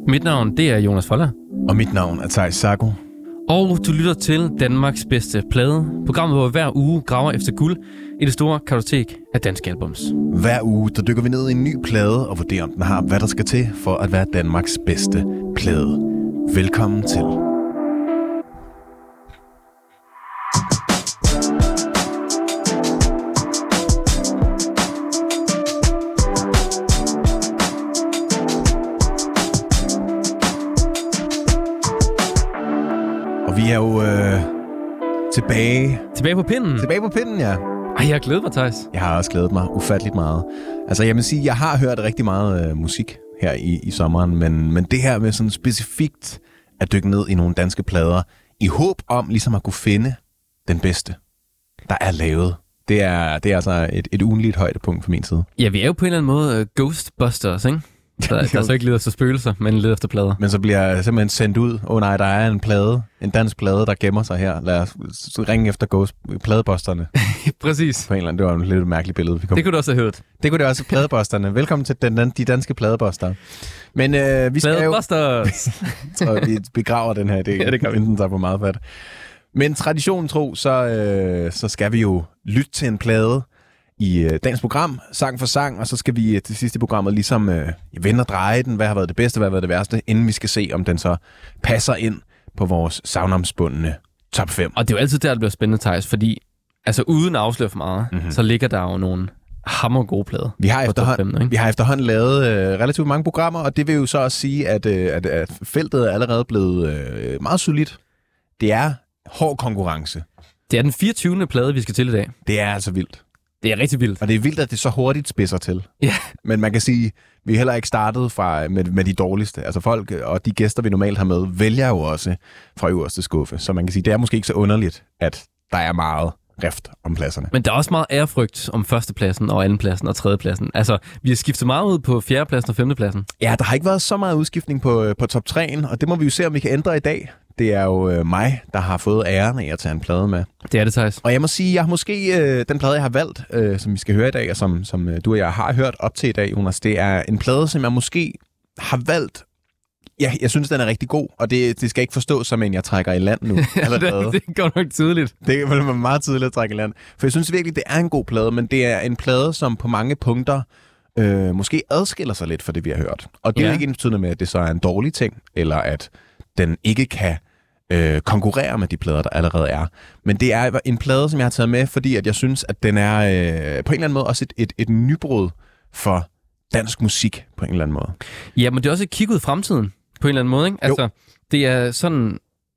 Mit navn, det er Jonas Foller. Og mit navn er Theis Sago. Og du lytter til Danmarks bedste plade. Programmet, hvor vi hver uge graver efter guld i det store kartotek af danske albums. Hver uge, der dykker vi ned i en ny plade og vurderer, om den har, hvad der skal til for at være Danmarks bedste plade. Velkommen til. Vi er jo Tilbage på pinden. Tilbage på pinden, ja. Ej, jeg har glædet mig, Theis. Jeg har også glædet mig ufatteligt meget. Altså, jeg vil sige, jeg har hørt rigtig meget musik her i sommeren, men det her med sådan specifikt at dykke ned i nogle danske plader, i håb om ligesom at kunne finde den bedste, der er lavet. Det er altså et ugenligt højdepunkt for min side. Ja, vi er jo på en eller anden måde Ghostbusters, ikke? Der så ikke leder efter spøgelser, men leder efter plader. Men så bliver jeg simpelthen sendt ud. Nej, der er en dansk plade, der gemmer sig her. Lad os ringe efter pladebosterne. Præcis. På en eller anden, det var en lidt mærkeligt billede. Det kunne du også have hørt. Det kunne det også, pladebosterne. Velkommen til de danske pladeboster. Men vi skal jo... Pladebosters! Jeg tror, vi begraver den her idé. Ja, det kan vi. Inden den tager på meget fat. Men traditionen tro, så skal vi jo lytte til en plade i dagens program, sang for sang, og så skal vi til sidst i programmet ligesom vende og dreje den, hvad har været det bedste, hvad har været det værste, inden vi skal se, om den så passer ind på vores savnomsbundne top 5. Og det er jo altid der, det bliver spændende, Theis, fordi altså uden at afsløre for meget, så ligger der jo nogle hammergode plader. Vi har efterhånden lavet relativt mange programmer, og det vil jo så også sige, at feltet er allerede blevet meget solidt. Det er hård konkurrence. Det er den 24. plade, vi skal til i dag. Det er altså vildt. Det er rigtig vildt. Og det er vildt, at det så hurtigt spidser til. Ja. Men man kan sige, vi er heller ikke startet med de dårligste. Altså folk og de gæster, vi normalt har med, vælger jo også fra øverste skuffe. Så man kan sige, det er måske ikke så underligt, at der er meget rift om pladserne. Men der er også meget ærefrygt om førstepladsen og andenpladsen og tredjepladsen. Altså, vi har skiftet meget ud på fjerdepladsen og femtepladsen. Ja, der har ikke været så meget udskiftning på top 3'en, og det må vi jo se, om vi kan ændre i dag. Det er jo mig, der har fået æren af at tage en plade med. Det er det, Theis. Og jeg må sige, jeg har måske den plade, jeg har valgt, som vi skal høre i dag, og som du og jeg har hørt op til i dag, Jonas, det er en plade, som jeg måske har valgt. Ja, jeg synes, den er rigtig god, og det skal ikke forstås som en, jeg trækker i land nu. det går nok tydeligt. Det er meget tydeligt at trække i land. For jeg synes virkelig, det er en god plade, men det er en plade, som på mange punkter måske adskiller sig lidt fra det, vi har hørt. Og det er ikke ensbetydende med, at det så er en dårlig ting, eller at den ikke kan konkurrere med de plader, der allerede er. Men det er en plade, som jeg har taget med, fordi at jeg synes, at den er på en eller anden måde også et nybrud for dansk musik på en eller anden måde. Ja, men det er også et kig ud i fremtiden på en eller anden måde, ikke? Altså, det er sådan,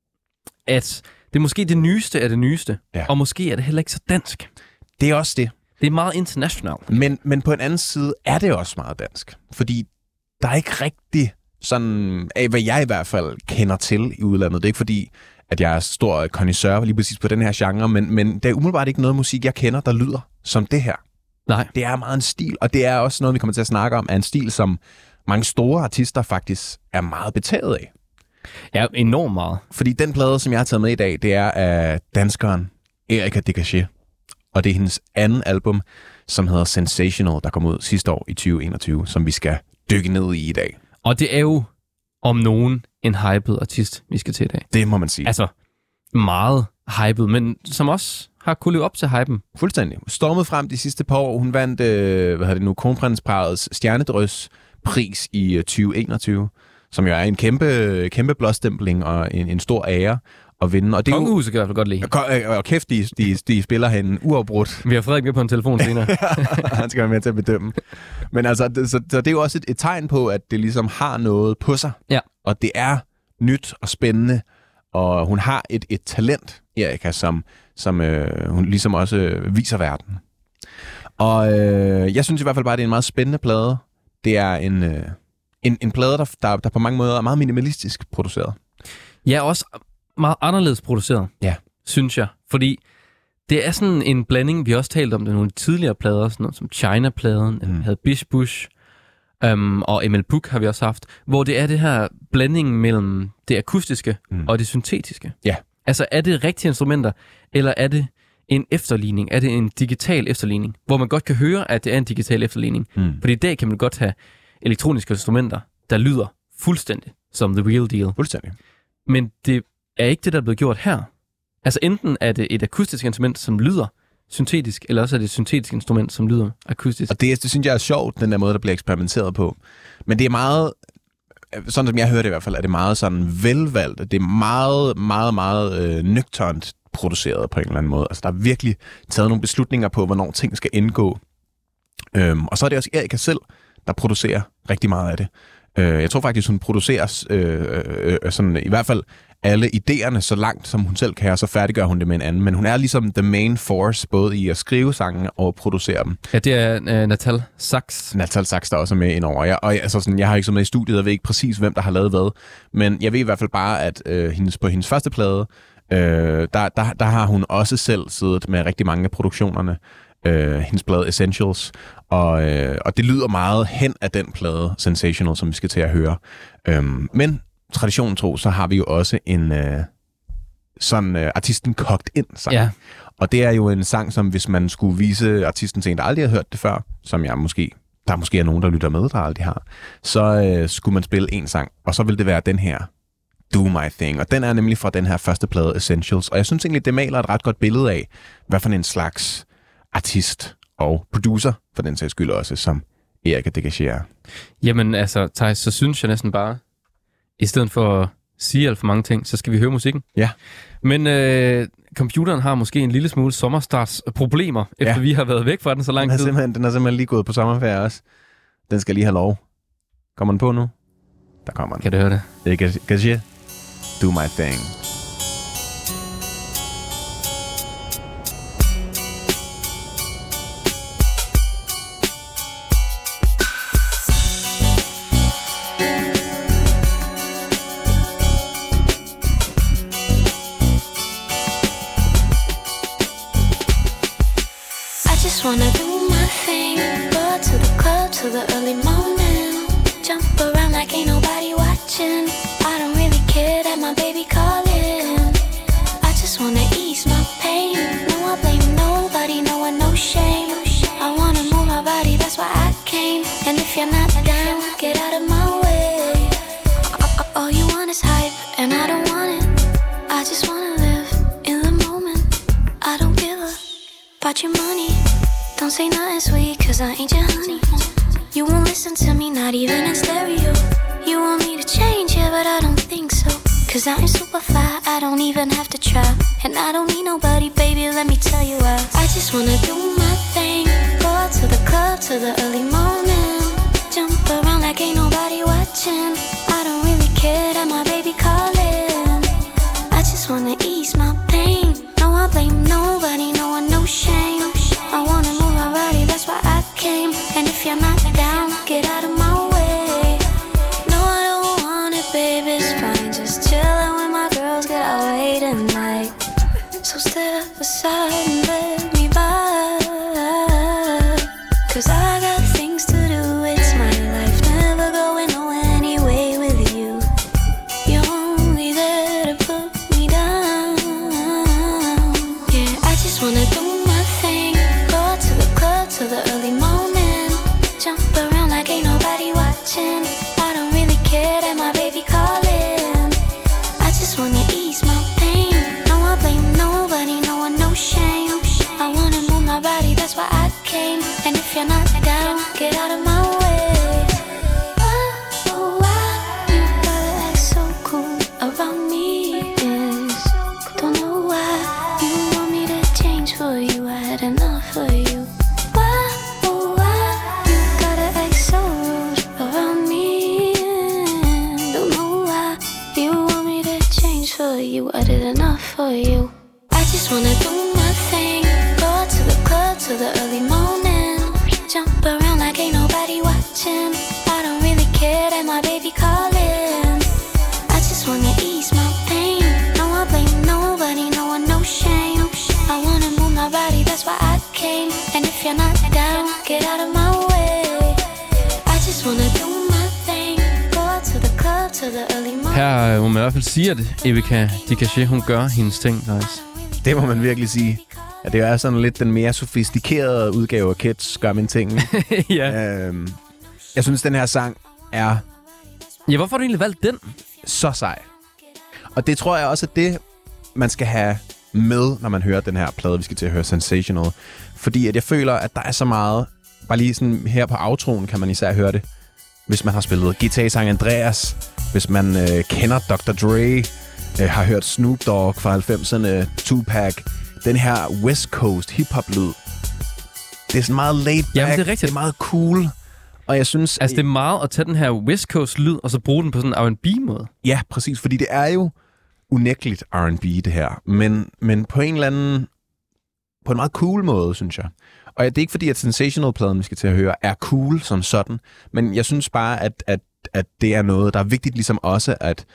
at det er måske det nyeste af det nyeste, og måske er det heller ikke så dansk. Det er også det. Det er meget internationalt. Men på en anden side er det også meget dansk, fordi der er ikke rigtig sådan, af hvad jeg i hvert fald kender til i udlandet. Det er ikke fordi, at jeg er stor connoisseur lige præcis på den her genre, men det er umiddelbart ikke noget musik, jeg kender, der lyder som det her. Nej. Det er meget en stil, og det er også noget, vi kommer til at snakke om, er en stil, som mange store artister faktisk er meget betaget af. Ja, enormt meget. Fordi den plade, som jeg har taget med i dag, det er af danskeren Erika Decachet. Og det er hendes anden album, som hedder Sensational, der kom ud sidste år i 2021, som vi skal dykke ned i dag. Og det er jo om nogen en hyped artist, vi skal til i dag. Det må man sige. Altså, meget hyped, men som også har kunnet leve op til hypen. Fuldstændig. Stormet frem de sidste par år. Hun vandt, Kronprinsparrets Stjernedrys-pris i 2021, som jo er en kæmpe blåstempling og en stor ære at vinde. Og det Kongehuset kan i hvert fald godt lide. Og kæft, de spiller hende uafbrudt. Vi har Frederik med på en telefon senere. Han skal være med til at bedømme. Men altså, så det er jo også et tegn på, at det ligesom har noget på sig. Ja. Og det er nyt og spændende. Og hun har et talent, Erika, som hun ligesom også viser verden. Og jeg synes i hvert fald bare, at det er en meget spændende plade. Det er en plade, der på mange måder er meget minimalistisk produceret. Ja, også meget anderledes produceret, synes jeg. Fordi det er sådan en blanding, vi har også talt om det nogle tidligere plader, sådan noget som China-pladen, vi havde Bish Bush, og ML Book har vi også haft, hvor det er det her blanding mellem det akustiske og det syntetiske. Ja. Altså, er det rigtige instrumenter, eller er det en efterligning? Er det en digital efterligning? Hvor man godt kan høre, at det er en digital efterligning. Fordi i dag kan man godt have elektroniske instrumenter, der lyder fuldstændig som the real deal. Fuldstændig. Men det er ikke det, der er blevet gjort her. Altså enten er det et akustisk instrument, som lyder syntetisk, eller også er det et syntetisk instrument, som lyder akustisk. Og det synes jeg er sjovt, den der måde, der bliver eksperimenteret på. Men det er meget, sådan som jeg hører det i hvert fald, er det meget sådan velvalgt. Det er meget, meget, meget nøgternt produceret på en eller anden måde. Altså der er virkelig taget nogle beslutninger på, hvornår ting skal indgå. Og så er det også Erika selv, der producerer rigtig meget af det. Jeg tror faktisk, hun producerer sådan, i hvert fald alle idéerne så langt, som hun selv kan, og så færdiggør hun det med en anden. Men hun er ligesom the main force, både i at skrive sangene og producere dem. Ja, det er Natal Sachs. Natal Sachs, der også er med indover. Jeg har ikke så med i studiet, og ved ikke præcis, hvem der har lavet hvad. Men jeg ved i hvert fald bare, at på hendes første plade, der har hun også selv siddet med rigtig mange af produktionerne. Hendes plade Essentials, og det lyder meget hen af den plade Sensational, som vi skal til at høre. Men traditionen tro, så har vi jo også en artisten kogt ind sang. Ja. Og det er jo en sang, som hvis man skulle vise artisten til en, der aldrig har hørt det før, som der måske er nogen, der lytter med, der aldrig har, så skulle man spille en sang, og så vil det være den her, Do My Thing. Og den er nemlig fra den her første plade Essentials. Og jeg synes egentlig, det maler et ret godt billede af, hvad for en slags artist og producer, for den sags skyld også, som Erika Degagé. Jamen altså, Theis, så synes jeg næsten bare, i stedet for at sige alt for mange ting, så skal vi høre musikken. Ja. Men computeren har måske en lille smule sommerstartsproblemer, efter vi har været væk fra den så lang tid. Den er simpelthen lige gået på sommerferie også. Den skal lige have lov. Kommer den på nu? Der kommer den. Kan du høre det? Degagé, Do My Thing. Wanna do my thing, go to the club till the early morning, jump around like ain't nobody watching. I don't really care that my baby calling. I just wanna ease my pain. No, I blame nobody, no one, no shame. I wanna move my body, that's why I came. And if you're not down, get out of my way. All you want is hype, and I don't want it. I just wanna live in the moment. I don't give a about your money. Don't say nothing sweet, cause I ain't your honey. You won't listen to me, not even in stereo. You want me to change, yeah, but I don't think so. Cause I'm super fly, I don't even have to try. And I don't need nobody, baby, let me tell you why. I just wanna do my thing, go out to the club till the early morning, jump around like ain't nobody watching. I don't really care that my baby calling. I just wanna ease my pain. No, I blame nobody, no one, no shame. I wanna move my body, that's why I came. And if you're not down, get out of my way. No, I don't want it, baby, it's fine. Just chillin' with my girls, get away tonight. So step aside and let me by, cause I got things to do, it's my life. Never going anyway with you. You're only there to put me down. Yeah, I just wanna do till the early morning, jump around like ain't nobody watching. I don't really care that my baby calling. I just wanna ease my pain. No, I blame nobody, no one, no shame. I wanna move my body, that's why I came. And if you're not down, get out of my way. Oh, why you gotta act so cool around me? Don't know why you want me to change for you. I had enough for you. You, I did enough for you. I just wanna do my thing, go out to the club till the early morning, jump around like ain't nobody watching. I don't really care that my baby calling. I just wanna ease my pain. No, I blame nobody, no one, no shame. I wanna move my body, that's why I came. And if you're not down, get out of my way. I just wanna do my thing, go out to the club till the early morning. Her må man i hvert fald sige, at Erika Degagé, hun gør hendes ting, nice. Det må man virkelig sige. Ja, det er sådan lidt den mere sofistikerede udgave af Kids gør mine ting. Ja. Jeg synes, den her sang er Ja, hvorfor har du egentlig valgt den? Så sej. Og det tror jeg også, at det, man skal have med, når man hører den her plade, vi skal til at høre, Sensational. Fordi at jeg føler, at der er så meget... Bare lige sådan her på outroen kan man især høre det. Hvis man har spillet GTA San Andreas, hvis man kender Dr. Dre, har hørt Snoop Dogg fra 90'erne, Tupac, den her West Coast hip-hop-lyd. Det er sådan meget laid back. Jamen, det er rigtigt. Det er meget cool. Og jeg synes... Altså, det er meget at tage den her West Coast-lyd, og så bruge den på sådan en R&B-måde. Ja, præcis. Fordi det er jo unægteligt R&B, det her. Men på en eller anden... På en meget cool måde, synes jeg. Og det er ikke fordi, at Sensational-pladen, vi skal til at høre, er cool som sådan. Men jeg synes bare, at det er noget, der er vigtigt ligesom også at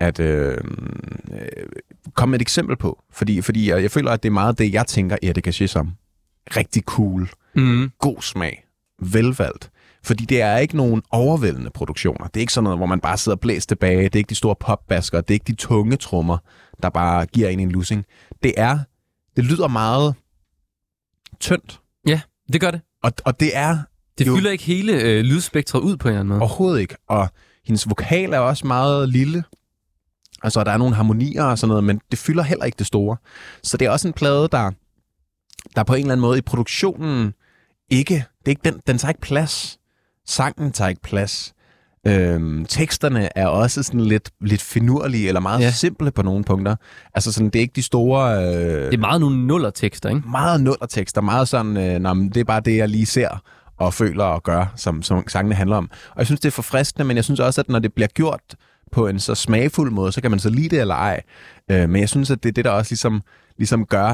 komme med et eksempel på. Fordi jeg føler, at det er meget det, jeg tænker Erika Caché som. Rigtig cool. God smag. Velvalgt. Fordi det er ikke nogen overvældende produktioner. Det er ikke sådan noget, hvor man bare sidder og blæser tilbage. Det er ikke de store popbasker. Det er ikke de tunge trommer, der bare giver en lussing. Det lyder meget tyndt. Ja, det gør det. Og det er... Det fylder ikke hele lydspektret ud på en eller anden måde. Overhovedet ikke. Og hendes vokal er også meget lille. Altså, der er nogle harmonier og sådan noget, men det fylder heller ikke det store. Så det er også en plade, der på en eller anden måde i produktionen ikke... Det er ikke den tager ikke plads. Sangen tager ikke plads. Teksterne er også sådan lidt finurlige, eller meget simple på nogle punkter. Altså sådan, det er ikke de store... det er meget nogle nullertekster, ikke? Meget nullertekster, meget sådan, det er bare det, jeg lige ser og føler og gør, som sangene handler om. Og jeg synes, det er forfriskende, men jeg synes også, at når det bliver gjort på en så smagfuld måde, så kan man så lide det eller ej. Men jeg synes, at det er det, der også ligesom gør,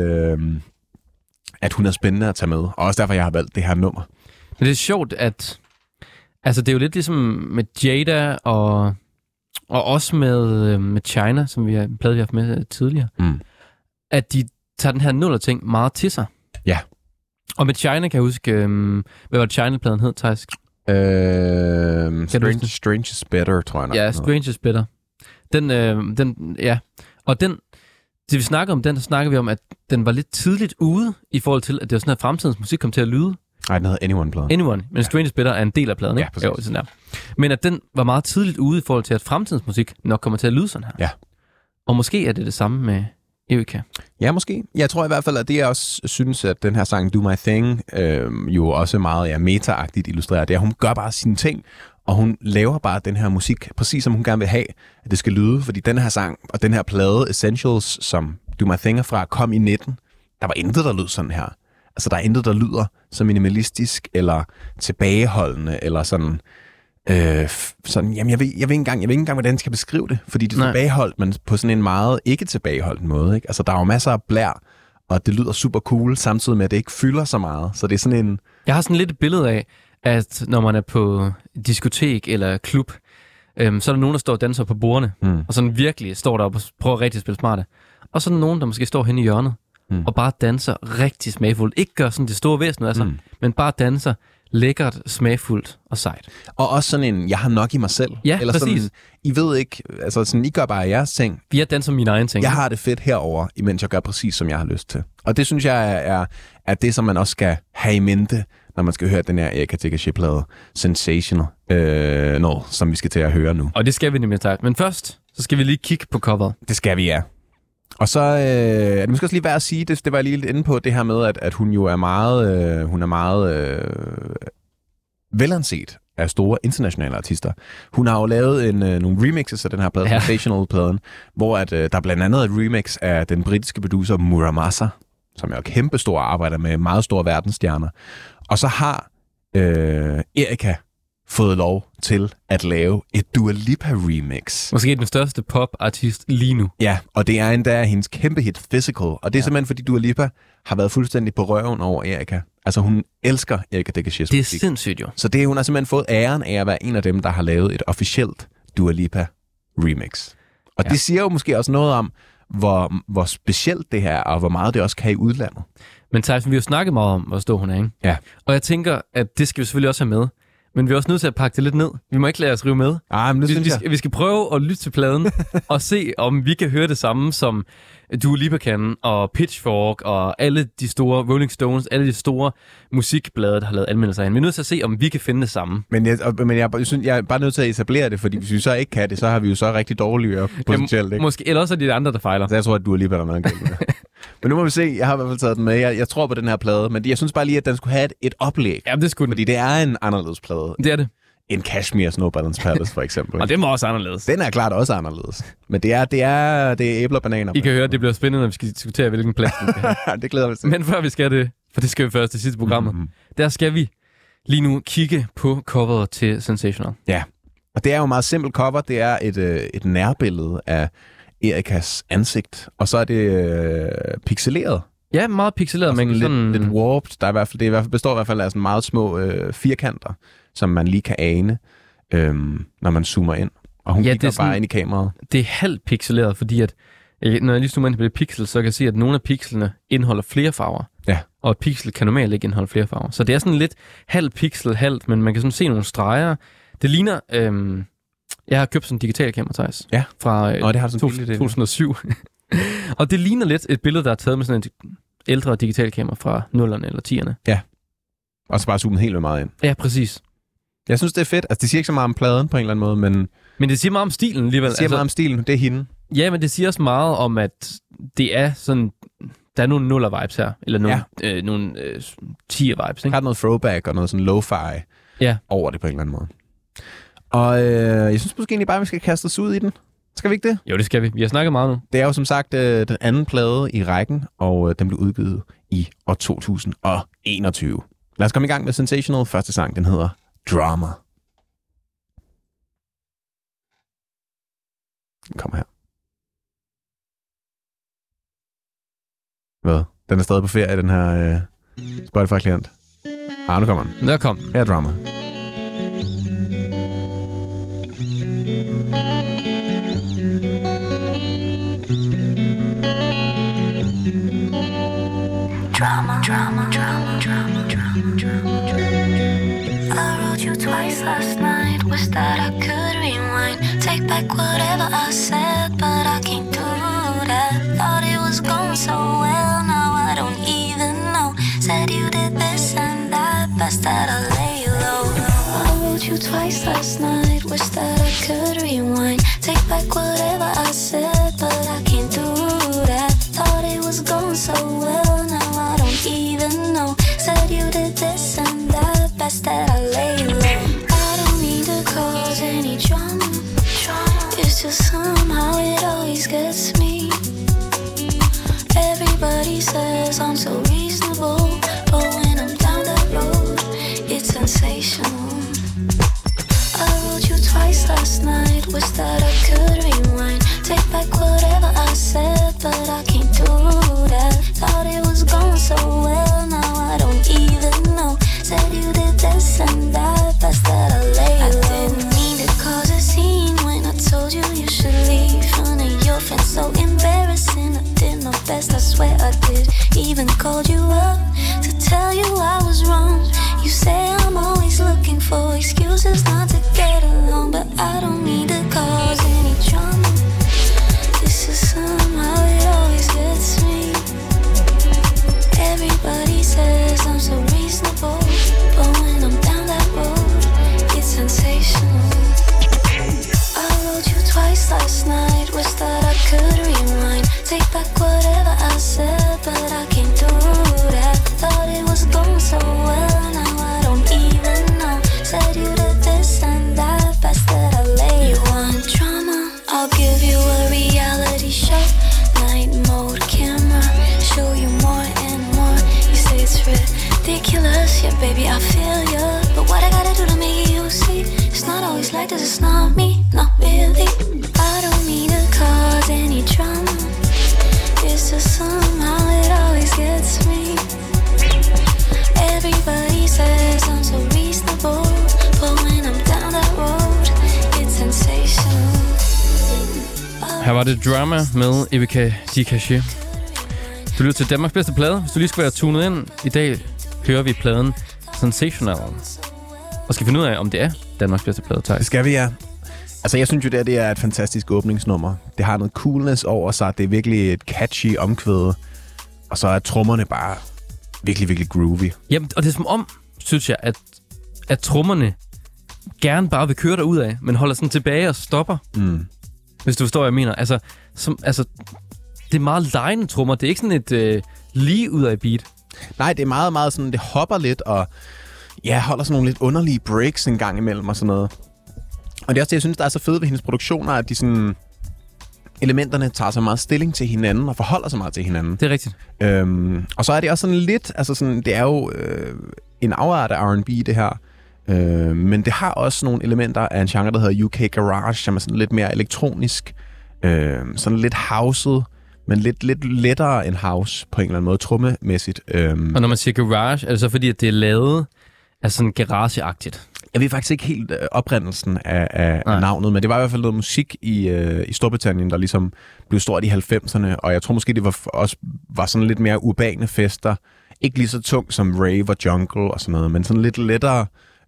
at hun er spændende at tage med. Og også derfor, jeg har valgt det her nummer. Men det er sjovt, at... Altså, det er jo lidt ligesom med Jada og også med China, som vi har haft med tidligere. At de tager den her nuller-ting meget til sig. Ja. Og med China kan jeg huske... hvad var det China-pladen hed, Thijs? Strange is Better, tror jeg nok. Ja, Strange is Better. Ja. Og det vi snakker om, så snakker vi om, at den var lidt tidligt ude, i forhold til, at det var sådan her fremtidens musik kom til at lyde. Nej, den hedder Anyone-pladen. Anyone, men Strange is Better er en del af pladen, ikke? Ja, præcis. Jo, sådan der. Men at den var meget tidligt ude i forhold til, at fremtidens musik nok kommer til at lyde sådan her. Ja. Og måske er det det samme med Erika. Ja, måske. Jeg tror i hvert fald, at det jeg også synes, at den her sang Do My Thing jo også meget meta-agtigt illustrerer, det er, at hun gør bare sine ting, og hun laver bare den her musik, præcis som hun gerne vil have, at det skal lyde. Fordi den her sang og den her plade, Essentials, som Do My Thing er fra, kom i 19. Der var intet, der lød sådan her. Altså, der er intet, der lyder så minimalistisk, eller tilbageholdende, eller sådan... jamen, jeg ved ikke engang, hvordan jeg skal beskrive det, fordi det er tilbageholdt, men på sådan en meget ikke tilbageholdt måde, ikke? Altså, der er jo masser af blær, og det lyder super cool, samtidig med, at det ikke fylder så meget. Så det er sådan en... Jeg har sådan lidt et billede af, at når man er på diskotek eller klub, så er der nogen, der står og danser på bordene, og sådan virkelig står der og prøver rigtig at spille smarte. Og så er der nogen, der måske står henne i hjørnet, og bare danser rigtig smagfuldt. Ikke gør sådan det store væsen, altså, men bare danser lækkert, smagfuldt og sejt. Og også sådan en, jeg har nok i mig selv. Ja, eller præcis. Sådan, I ved ikke, altså sådan, I gør bare jeres ting. Jeg danser mine egne ting. Jeg har det fedt herover, imens jeg gør præcis, som jeg har lyst til. Og det synes jeg er det, som man også skal have i mente, når man skal høre den her Erika Caché-plade, Sensational, som vi skal til at høre nu. Og det skal vi nemlig tage. Men først, så skal vi lige kigge på coveret. Det skal vi, ja. Og så er det måske også lige værd at sige, det var jeg lige lidt inde på, det her med, at hun jo er meget, velanset af store internationale artister. Hun har jo lavet nogle remixes af den her plade, Sensational-pladen, hvor at, der blandt andet et remix af den britiske producer Muramasa, som er jo kæmpestor arbejder med meget store verdensstjerner. Og så har Erika fået lov til at lave et Dua Lipa remix. Måske den største popartist lige nu. Ja, og det er endda hendes kæmpe hit Physical. Og det er simpelthen, fordi Dua Lipa har været fuldstændig på røven over Erika. Altså, hun elsker Erika Cachés musik. Det er sindssygt jo. Så hun har simpelthen fået æren af at være en af dem, der har lavet et officielt Dua Lipa remix. Og det siger jo måske også noget om, hvor specielt det her er, og hvor meget det også kan i udlandet. Men Tyson, vi har jo snakket meget om, hvor stor hun er, ikke? Ja. Og jeg tænker, at det skal vi selvfølgelig også have med. men vi er også nødt til at pakke det lidt ned. Vi må ikke lade os rive med. Men Vi skal prøve at lytte til pladen og se, om vi kan høre det samme som Dua Lipa kan, og Pitchfork, og alle de store Rolling Stones, alle de store musikblade, der har lavet anmeldelser af. Vi er nødt til at se, om vi kan finde det samme. Men jeg synes, jeg er bare nødt til at etablere det, fordi hvis vi så ikke kan det, så har vi jo så rigtig dårlige potentielt. Ikke? Måske, eller også er det de andre, der fejler. Så jeg tror, at Dua Lipa er noget galt med. Men nu må vi se. Jeg har i hvert fald taget den med. Jeg tror på den her plade, men jeg synes bare lige, at den skulle have et oplæg. Ja, det skulle den. Fordi det er en anderledes plade. Det er det. En Cashmere Snow Balance Palace, for eksempel. Og den var også anderledes. Den er klart også anderledes. Men det er æbler og bananer. I kan høre, at det bliver spændende, når vi skal diskutere, hvilken plads den skal have. Det glæder vi til. Men før vi skal det, for det skal vi først til sidste programmet, der skal vi lige nu kigge på coveret til Sensational. Ja, og det er jo et meget simpelt cover. Det er et nærbillede af Erikas ansigt, og så er det pixeleret. Ja, meget pixeleret, men lidt warped. Det består i hvert fald af sådan meget små firkanter, som man lige kan ane, når man zoomer ind. Og hun kigger bare ind i kameraet. Det er halvt pixeleret, fordi at, når jeg lige zoomer ind på det pixel, så kan jeg se, at nogle af pixelene indeholder flere farver. Ja. Og et pixel kan normalt ikke indeholde flere farver. Så det er sådan lidt halvt pixel, halvt, men man kan sådan se nogle streger. Det ligner... jeg har købt sådan en digital kamera, Thijs. Ja. Fra det har sådan 2007. Og det ligner lidt et billede, der er taget med sådan en ældre digital kamera fra 0'erne eller 10'erne. Ja. Og så bare zoomet helt meget ind. Ja, præcis. Jeg synes, det er fedt. Altså, det siger ikke så meget om pladen på en eller anden måde, men... Men det siger meget om stilen alligevel. Det siger meget om stilen. Det er hende. Ja, men det siger også meget om, at det er sådan... Der er nogle nuller-vibes her. Eller nogle 10'er-vibes, ikke? Der er noget throwback og noget sådan lo-fi over det på en eller anden måde. Og jeg synes måske egentlig bare, at vi skal kaste os ud i den. Skal vi ikke det? Jo, det skal vi. Vi har snakket meget nu. Det er jo som sagt den anden plade i rækken, og den blev udgivet i år 2021. Lad os komme i gang med Sensational. Første sang, den hedder Drama. Den kommer her. Hvad? Den er stadig på ferie, den her Spotify-klient. Nu kommer den. Der kom. Her er Drama. I wrote you twice last night. Wish that I could rewind. Take back whatever I said, but I can't do that. Thought it was going so well, now I don't even know. Said you did this and that, best that I lay low. I wrote you twice last night. Wish that I could rewind. Take back whatever I said, but I can't do that. Thought it was going so well, now I don't even know. Said you did this and that, best that I lay low. I don't need to cause any drama. It's just somehow it always gets me. Everybody says I'm so reasonable, but when I'm down that road, it's sensational. I wrote you twice last night. Wish that I could rewind. Take back whatever I said, but I can't do that. Thought it was going so well, now I don't even know. Said you did this and that, best that I lay low. I didn't mean to cause a scene when I told you you should leave. None of your friends so embarrassing. I did my best, I swear I did. Even called you up to tell you I was wrong. You say I'm always looking for excuses not to get along, but I don't need to cause any drama. This is somehow it always gets me. Everybody says I'm so reasonable, but when I'm down that road, it's sensational. I wrote you twice last night. Wish that I could rewind. Take back whatever I said, but I can't do that. Thought it was going so well, now I don't even know. Said you did this and that, best that I lay. You want drama? I'll give you a reality show. Night mode camera, show you more and more. You say it's ridiculous, yeah baby I feel ya. But what I gotta do to make you see? It's not always like this, it's not me, not really. I don't need to cause any drama. It's just somehow it always gets me. Everybody says I'm so reasonable, but when I'm down that road, it's sensational. Her var det Drama med Evika Dikaché. Du lytter til Danmarks bedste plade. Hvis du lige skal være tunet ind, i dag hører vi pladen Sensational. Og skal finde ud af, om det er Danmarks bedste plade, Theis. Det skal vi, ja. Altså, jeg synes jo, det er et fantastisk åbningsnummer. Det har noget coolness over sig. Det er virkelig et catchy omkvæde. Og så er trommerne bare virkelig, virkelig groovy. Jamen, og det er som om, synes jeg, at trommerne gerne bare vil køre derud af, men holder sådan tilbage og stopper. Hvis du forstår, hvad jeg mener. Altså, det er meget lejende trommer. Det er ikke sådan et lige ud af beat. Nej, det er meget, meget sådan, det hopper lidt, og ja, holder sådan nogle lidt underlige breaks en gang imellem og sådan noget. Og det er også det, jeg synes, der er så fedt ved hendes produktioner, at de sådan elementerne tager så meget stilling til hinanden og forholder sig meget til hinanden. Det er rigtigt. Og så er det også sådan lidt, altså sådan, det er jo en afart af R&B, det her. Men det har også nogle elementer af en genre, der hedder UK Garage, som er sådan lidt mere elektronisk, sådan lidt houset, men lidt lettere end house på en eller anden måde, trommemæssigt. Og når man siger garage, er det så fordi, at det er lavet af sådan garageagtigt? Jeg ved faktisk ikke helt oprindelsen af navnet, men det var i hvert fald noget musik i Storbritannien, der ligesom blev stort i 90'erne, og jeg tror måske, det var sådan lidt mere urbane fester. Ikke lige så tung som rave og jungle og sådan noget, men sådan lidt lettere,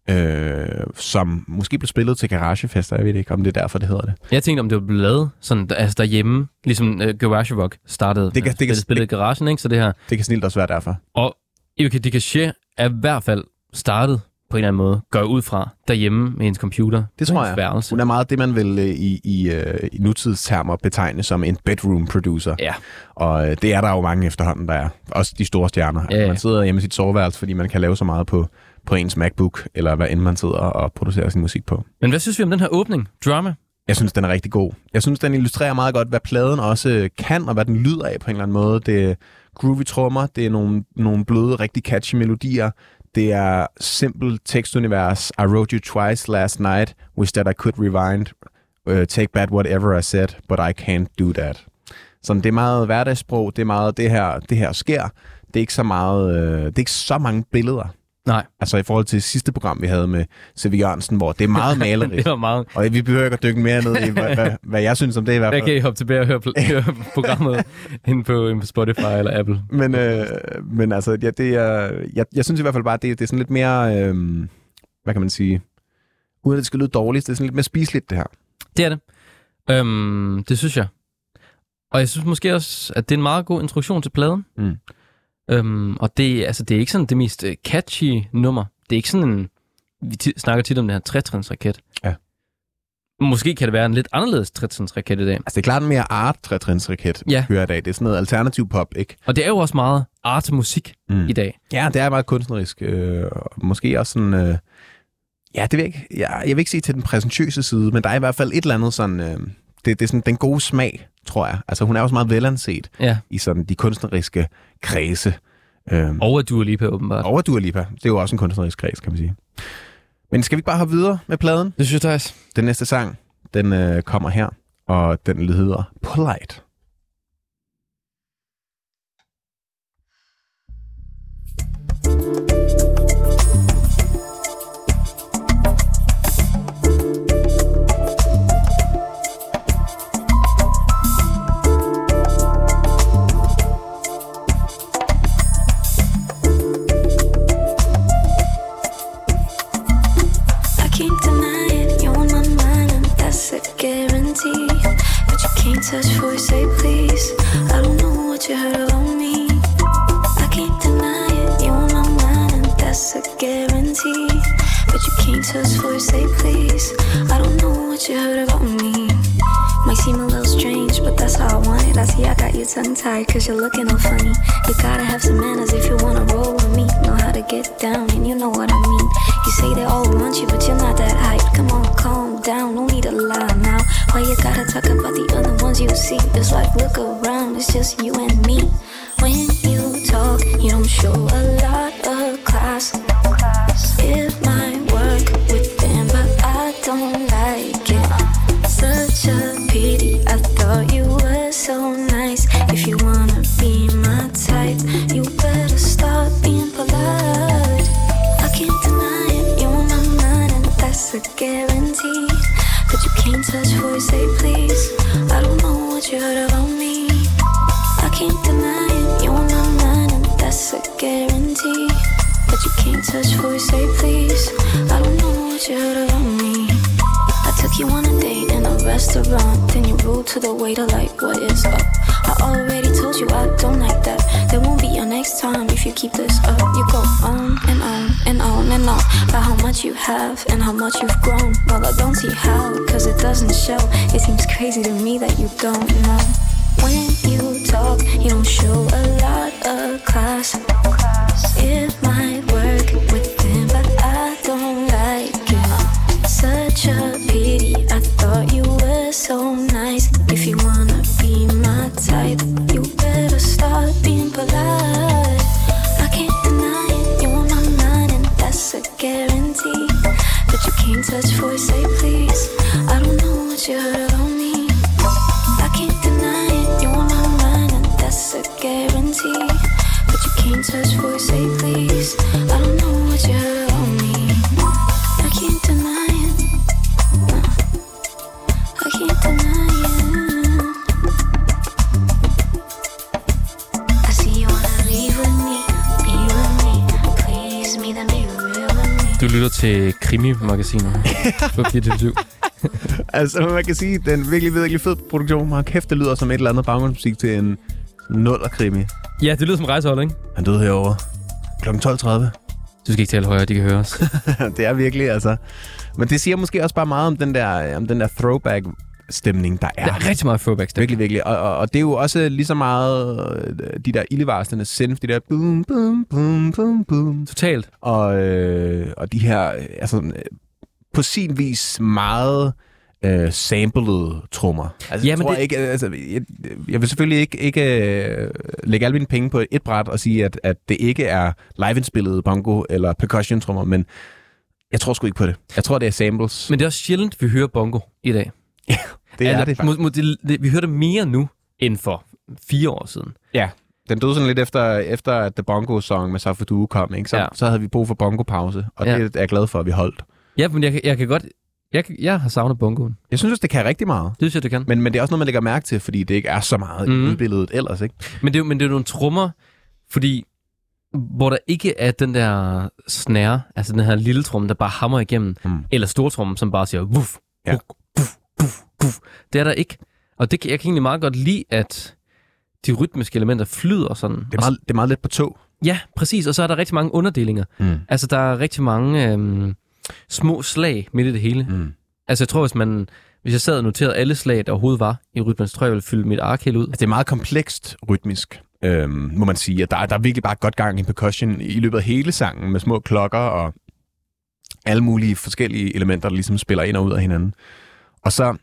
som måske blev spillet til garagefester. Jeg ved ikke, om det er derfor, det hedder det. Jeg tænkte, om det var blevet lavet sådan, altså derhjemme, ligesom Garage Rock startede. Det kan spillet i garagen, ikke? Så det her. Det kan snilt også være derfor. Og Erika Dicachet er i hvert fald startet på en eller anden måde, går ud fra derhjemme med hendes computer. Det tror jeg. Værelse. Hun er meget det, man vil i nutidstermer betegne som en bedroom producer. Ja. Og det er der jo mange efterhånden, der er. Også de store stjerner. Ja. Man sidder hjemme i sit soveværelse, fordi man kan lave så meget på ens MacBook, eller hvad end man sidder og producerer sin musik på. Men hvad synes vi om den her åbning? Drama? Jeg synes, den er rigtig god. Jeg synes, den illustrerer meget godt, hvad pladen også kan, og hvad den lyder af på en eller anden måde. Det er groovy trommer, det er nogle bløde, rigtig catchy melodier. Det er simpel tekstunivers. I wrote you twice last night. Wish that I could rewind. Take back whatever I said, but I can't do that. Så det er meget hverdagssprog. Det er meget det her sker. Det er ikke så meget. Det er ikke så mange billeder. Nej. Altså i forhold til sidste program, vi havde med C.V. Jørgensen, hvor det er meget malerisk. Det var meget. Og vi behøver ikke at dykke mere ned i, hvad jeg synes om det i hvert fald. Der kan I hoppe tilbage og høre programmet inde på Spotify eller Apple. Men altså, ja, jeg synes i hvert fald bare, det er sådan lidt mere, hvad kan man sige, uden at det skal lyde dårligt, det er sådan lidt mere spiseligt, det her. Det er det. Det synes jeg. Og jeg synes måske også, at det er en meget god introduktion til pladen. Og det er ikke sådan det mest catchy nummer. Det er ikke sådan en... Vi snakker tit om den her trætrinsraket. Ja. Måske kan det være en lidt anderledes trætrinsraket i dag. Altså det er klart en mere art trætrinsraket, vi hører i dag. Det er sådan noget alternativ pop, ikke? Og det er jo også meget art-musik i dag. Ja, det er meget kunstnerisk. Måske også sådan... ja, det vil jeg ikke... Jeg vil ikke sige til den præsentiøse side, men der er i hvert fald et eller andet sådan... Det er sådan den gode smag, tror jeg. Altså hun er også meget velanset i sådan de kunstneriske kredse. Over Dua Lipa, åbenbart. Over Dua Lipa. Det er jo også en kunstnerisk kreds, kan man sige. Men skal vi ikke bare hoppe videre med pladen? Det synes jeg, Theis. Den næste sang, den kommer her, og den hedder Polite. Touch before you say please. I don't know what you heard about me. I can't deny it. You on my mind and that's a guarantee. But you can't touch before you say please. I don't know what you heard about me. Might seem a little strange, but that's how I want it. I see I got you tongue-tied cause you're looking all funny. You gotta have some manners if you wanna roll with me. Know how to get down and you know what I mean. You say they all want you, but you're not that hype. Come on, calm down, no need to lie now. Why you gotta talk about the other ones you see? It's like, look around, it's just you and me. When you talk, you don't show a lot of class. It might work with them, but I don't like it. Such a pity, I thought you were so nice. If you wanna be my type, you better start being polite. I can't deny it, you're on my mind and that's a guarantee. But you can't touch before you say please. I don't know what you heard about me. I can't deny it, you're on my mind and that's a guarantee. But you can't touch before you say please. I don't know what you heard about me. I took you on a date in a restaurant, then you ruled to the waiter like, what is up? I already told you I don't like that. There won't be a next time if you keep this up. You go on and on and on and on about how much you have and how much you've grown. Well, I don't see how, cause it doesn't show. It seems crazy to me that you don't know. When you talk, you don't show a lot of class. It might work with them, but I don't like it. Such a pity, I thought you were so nice. If you wanna be my type, you better start being polite. I can't deny it, you're on my mind and that's a guarantee. But you can't touch before you say please. I don't know what you heard about me. I can't deny it, you're on my mind and that's a guarantee. But you can't touch before you say please. I don't know what you heard about me. I can't deny it. No. I can't deny it. I see you wanna leave with me, be with me. Please me, then be real with me. Du lytter til Krimi-magasinet på 24/7. Altså, man kan sige, den virkelig fed produktion. Man har kæft, det lyder som et eller andet baggrundsmusik til en nullerkrimi. Ja, det lyder som rejsehold, ikke? Han døde herovre kl. 12:30. Du skal ikke tale højere, de kan høre os. Det er virkelig, altså. Men det siger måske også bare meget om den der throwback-stemning, der er. Der er rigtig meget throwback-stemning. Virkelig. Og det er jo også lige så meget de der ildevarslende synth, de der boom, boom, boom, boom, boom. Totalt. Og de her, altså, på sin vis meget samplede trommer. Altså, ja, jeg vil selvfølgelig ikke lægge alle mine penge på et bræt og sige, at det ikke er liveindspillede bongo eller percussion trommer, men jeg tror sgu ikke på det. Jeg tror, det er samples. Men det er også sjældent, vi hører bongo i dag. Ja, det er det faktisk. Vi hører det mere nu, end for 4 år siden. Ja, den døde sådan lidt efter at The Bongo Song med Safa Duo kom, ikke? Så havde vi brug for bongo-pause, og det er jeg glad for, at vi holdt. Ja, men jeg kan godt... Jeg har savnet bongoen. Jeg synes, det kan rigtig meget. Det synes jeg, det kan. Men det er også noget, man lægger mærke til, fordi det ikke er så meget i udbilledet ellers, ikke? Men det er jo nogle trommer, fordi hvor der ikke er den der snare, altså den her lille tromme, der bare hammer igennem, eller stortrommen, som bare siger wuff, wuff, wuff, wuff. Det er der ikke. Og jeg kan egentlig meget godt lide, at de rytmiske elementer flyder sådan. Det er meget let på tog. Ja, præcis. Og så er der rigtig mange underdelinger. Altså, der er rigtig mange små slag midt i det hele. Altså, jeg tror, hvis jeg sad og noterede alle slag, der overhovedet var i rytmen, så tror jeg, ville fylde mit ark helt ud. Altså, det er meget komplekst rytmisk, må man sige. Der er virkelig bare godt gang i percussion i løbet af hele sangen, med små klokker og alle mulige forskellige elementer, der ligesom spiller ind og ud af hinanden. Og så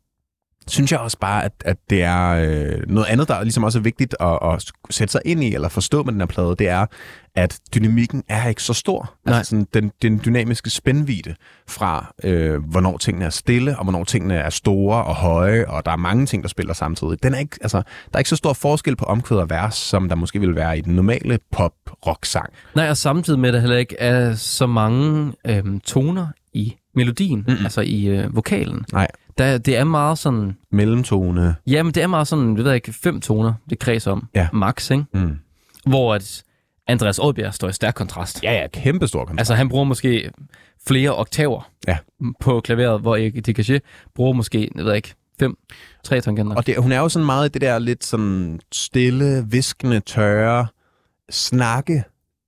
synes jeg også bare, at det er noget andet, der ligesom også er vigtigt at sætte sig ind i, eller forstå med den her plade, det er, at dynamikken er ikke så stor. Nej. Altså sådan, den dynamiske spændvidde fra, hvornår tingene er stille, og hvornår tingene er store og høje, og der er mange ting, der spiller samtidig. Der er ikke så stor forskel på omkvæd og vers, som der måske vil være i den normale pop-rock-sang. Nej, og samtidig med, at der heller ikke er så mange toner i melodien, altså i vokalen. Nej. Det er meget sådan... Mellemtone. Ja, men det er meget sådan, jeg ved ikke, 5 toner, det kredser om. Ja. Max, ikke? Hvor at Andreas Odbjerg står i stærk kontrast. Ja, kæmpe stor kontrast. Altså, han bruger måske flere oktaver på klaveret, hvor Erik Decaché bruger måske, jeg ved ikke, 3 tangenter. Og hun er jo sådan meget det der lidt sådan stille, viskende, tørre, snakke,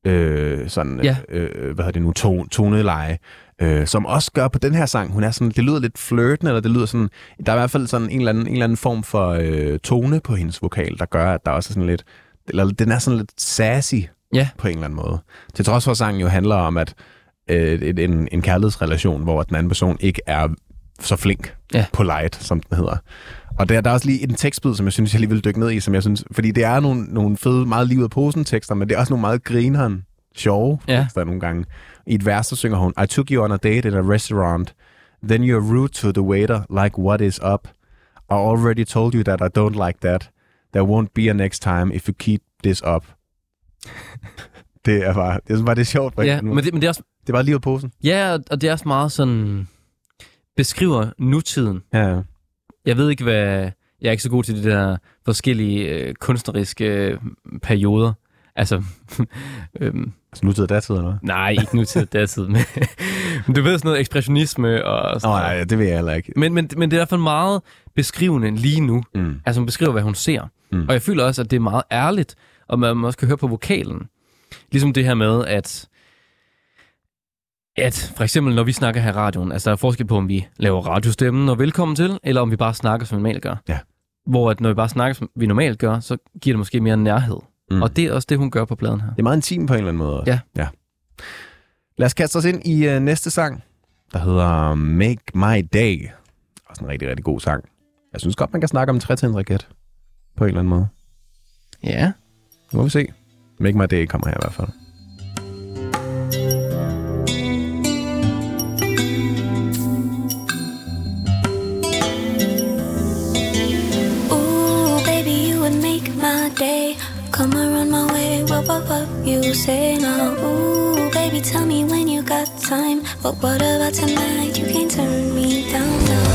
toneleje. Som også gør på den her sang, hun er sådan, det lyder lidt flirtende, eller det lyder sådan, der er i hvert fald sådan en eller anden form for tone på hendes vokal, der gør, at der også er sådan lidt, eller den er sådan lidt sassy på en eller anden måde. Til trods for, at sangen jo handler om, at en kærlighedsrelation, hvor den anden person ikke er så flink på light, som den hedder. Og der er også lige en tekstbid, som jeg synes, jeg lige vil dykke ned i, som jeg synes, fordi det er nogle fede, meget livet af posen tekster, men det er også nogle meget grineren, sjove tekster nogle gange. I et vers, så synger hun, I took you on a date in a restaurant, then you're rude to the waiter, like what is up? I already told you that I don't like that. There won't be a next time if you keep this up. Det er bare det er sjovt. Ja, men det er også... Det er bare livet af posen. Ja, og det er også meget sådan... Beskriver nutiden. Ja. Jeg ved ikke, hvad... Jeg er ikke så god til de der forskellige kunstneriske perioder. Altså, nutid og datid, eller hvad? nej, ikke nutid og datid. Men du ved sådan noget ekspressionisme og sådan nej, det ved jeg heller ikke. Men det er i hvert fald meget beskrivende lige nu. Altså hun beskriver, hvad hun ser. Og jeg føler også, at det er meget ærligt, og man også kan høre på vokalen. Ligesom det her med, at for eksempel, når vi snakker her i radioen, altså der er forskel på, om vi laver radiostemmen og velkommen til, eller om vi bare snakker, som vi normalt gør. Ja. Hvor at når vi bare snakker, som vi normalt gør, så giver det måske mere nærhed. Og det er også det, hun gør på pladen her. Det er meget intimt på en eller anden måde også. Ja. Lad os kaste os ind i næste sang, der hedder Make My Day. Også en rigtig, rigtig god sang. Jeg synes godt, man kan snakke om en trætrindsraket på en eller anden måde. Ja. Nu må vi se. Make My Day kommer her i hvert fald. Day, come around my way, what you say now? Ooh, baby, tell me when you got time. But what about tonight? You can't turn me down now.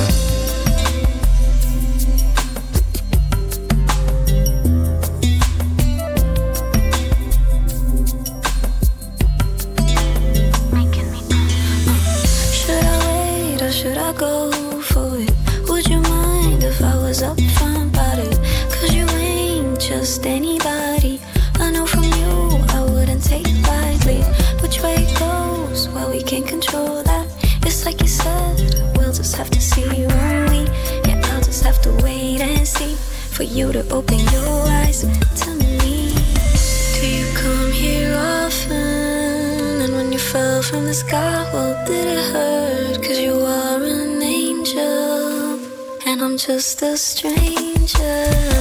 Should I wait or should I go for it? Would you mind if I was upfront about it? 'Cause you just anybody. I know from you I wouldn't take lightly. Which way it goes, well we can't control that. It's like you said, we'll just have to see, won't we? Yeah, I'll just have to wait and see for you to open your eyes to me. Do you come here often? And when you fell from the sky, well did it hurt? 'Cause you are an angel and I'm just a stranger.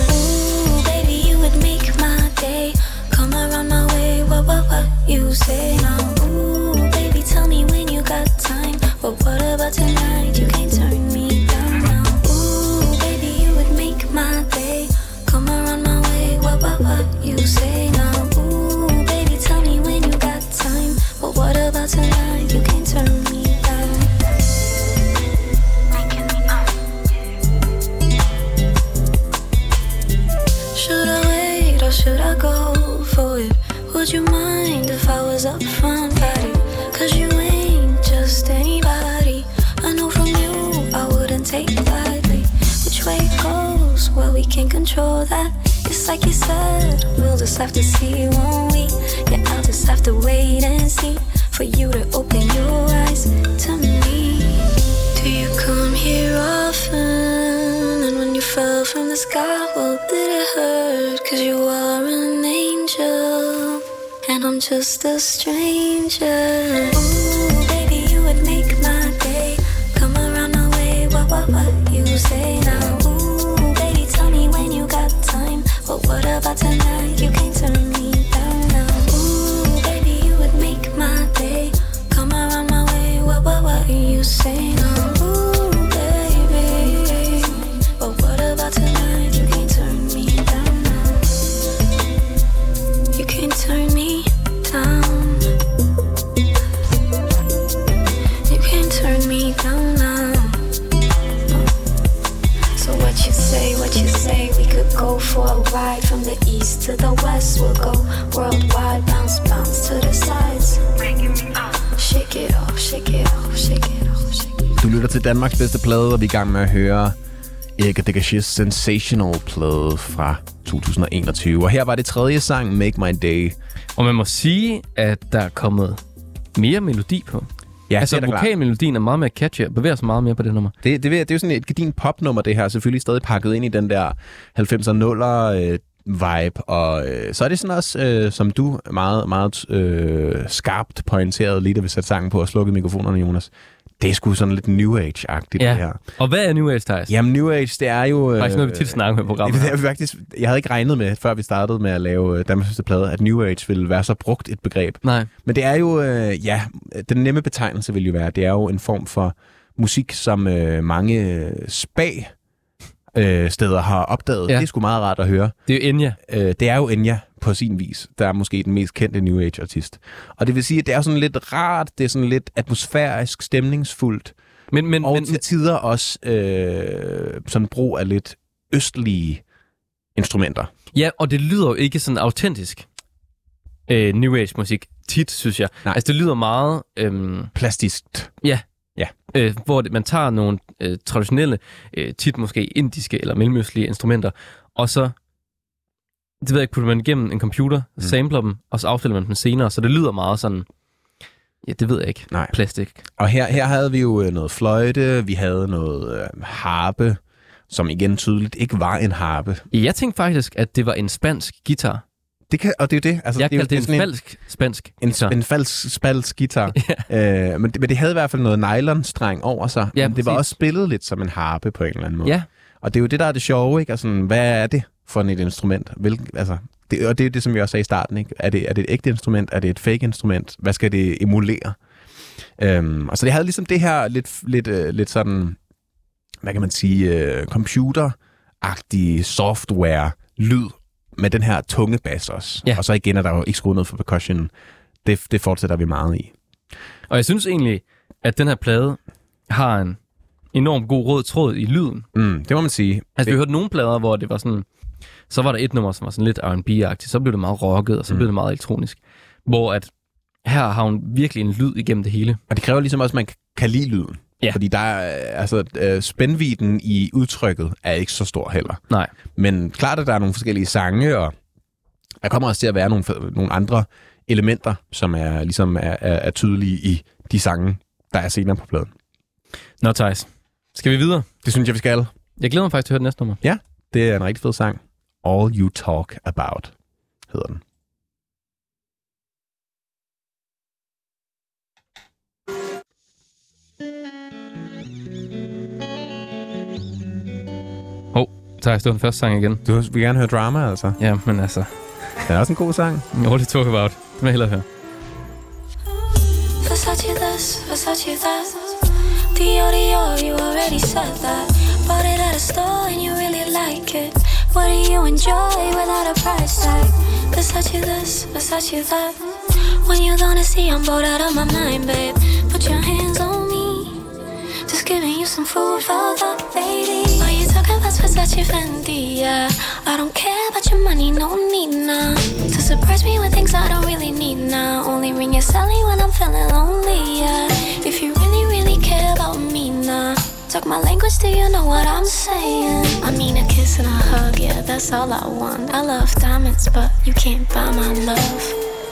Come around my way, what you say now? Ooh, baby, tell me when you got time. But what about tonight? You can't turn me down now. Ooh, baby, you would make my day. Come around my way, what you say now? Ooh, baby, tell me when you got time. But what about tonight? You can't turn me down. Should I wait or should I go for it? Would you mind if I was upfront about it? 'Cause you ain't just anybody. I know from you I wouldn't take lightly. Which way it goes, well we can't control that. It's like you said, we'll just have to see, won't we? Yeah, I'll just have to wait and see for you to open your eyes to me. Do you come here often? And when you fell from the sky, well did it hurt? 'Cause you are an angel and I'm just a stranger. Ooh, baby, you would make my day. Come around my way, what you say now? Ooh, baby, tell me when you got time. But what about tonight? You can't turn me down now. Ooh, baby, you would make my day. Come around my way, what you say now? Ooh, baby, but what about tonight? You can't turn me down now. You can't turn me down. You can't turn me down now. So what you say, we could go for a ride from the east to the west. We'll go worldwide, bounce to the sides. Shake it off, shake it off, shake it off, shake it off. Du lytter til Danmarks bedste plade, og vi er i gang med at høre Erika Degagés Sensational-plade fra 2021. Og her var det tredje sang, Make My Day. Og man må sige, at der er kommet mere melodi på. Ja, altså vokalmelodien er meget mere catchy og bevæger sig meget mere på det nummer. Det er jo sådan et gedin popnummer, det her. Selvfølgelig stadig pakket ind i den der 90'er nuller vibe. Og så er det sådan også, som du meget, meget skarpt pointerede lige, da vi satte sangen på og slukkede mikrofonerne, Jonas. Det er sgu sådan lidt New Age-agtigt, ja. Det her. Og hvad er New Age, Thijs? Jamen, New Age, det er jo... Faktisk noget, vi tit snakker med programmet. Det er faktisk... Jeg havde ikke regnet med, før vi startede med at lave Danmarks bedste plade, at New Age ville være så brugt et begreb. Nej. Men det er jo... den nemme betegnelse vil jo være, det er jo en form for musik, som mange steder har opdaget. Ja. Det er sgu meget rart at høre. Det er jo Enya. Det er jo Enya på sin vis. Der er måske den mest kendte New Age-artist. Og det vil sige, at det er sådan lidt rart, det er sådan lidt atmosfærisk, stemningsfuldt. Men til tider også sådan brug af lidt østlige instrumenter. Ja, og det lyder jo ikke sådan autentisk. New Age musik tit, synes jeg. Nej. Altså, det lyder meget... Plastisk. Ja. Ja. Hvor man tager nogle traditionelle, tit måske indiske eller mellemøstlige instrumenter, og så, det ved jeg ikke, putter man igennem en computer, sampler dem, og så afspiller man dem senere, så det lyder meget sådan, ja, det ved jeg ikke, plastik. Og her havde vi jo noget fløjte, vi havde noget harpe, som igen tydeligt ikke var en harpe. Jeg tænkte faktisk, at det var en spansk guitar. Og det er jo det. Altså, jeg kaldte det en falsk spansk guitar. En falsk guitar. Ja. Men det havde i hvert fald noget nylonstreng over sig. Ja, men det var også spillet lidt som en harpe på en eller anden måde. Ja. Og det er jo det, der er det sjove, ikke? Altså, hvad er det for et instrument? Og det er det, som vi også sagde i starten, ikke? Er det et ægte instrument? Er det et fake instrument? Hvad skal det emulere? Og så det havde ligesom det her lidt sådan, hvad kan man sige, computeragtige software-lyd, med den her tunge bass også. Ja. Og så igen er der jo ikke skruet noget for percussion. Det fortsætter vi meget i. Og jeg synes egentlig, at den her plade har en enormt god rød tråd i lyden. Det må man sige. Altså, vi hørte nogle plader, hvor det var sådan... Så var der et nummer, som var sådan lidt R&B-agtigt. Så blev det meget rocket, og så blev det meget elektronisk. Hvor at her har hun virkelig en lyd igennem det hele. Og det kræver ligesom også, at man kan lide lyden. Ja. Fordi der er, spændvidden i udtrykket er ikke så stor heller. Nej. Men klart, at der er nogle forskellige sange, og der kommer også til at være nogle andre elementer, som er tydelige i de sange, der er senere på pladen. Nå, Theis. Skal vi videre? Det synes jeg, vi skal. Jeg glæder mig faktisk til at høre det næste nummer. Ja, det er en rigtig fed sang. All You Talk About hedder den. Theis, det var den første sang igen. Du vil gerne høre drama, altså? Ja, men altså... Det er også en god sang. All You Talk About. Det vil jeg hellere høre. Versace this, Versace that. Dior, you already said that. Bought it at a store and you really like it. What do you enjoy without a price tag? Versace this, Versace that. When you're gonna see I'm bored out of my mind, babe. Put your hands on me. Just giving you some food for thought, baby. Why you talking about Versace Fendi, yeah. I don't care about your money, no need now. To surprise me with things I don't really need now. Only ring your celly when I'm feeling lonely, yeah. If you really, really care about me now. Talk my language, do you know what I'm saying? I mean a kiss and a hug, yeah, that's all I want. I love diamonds, but you can't buy my love.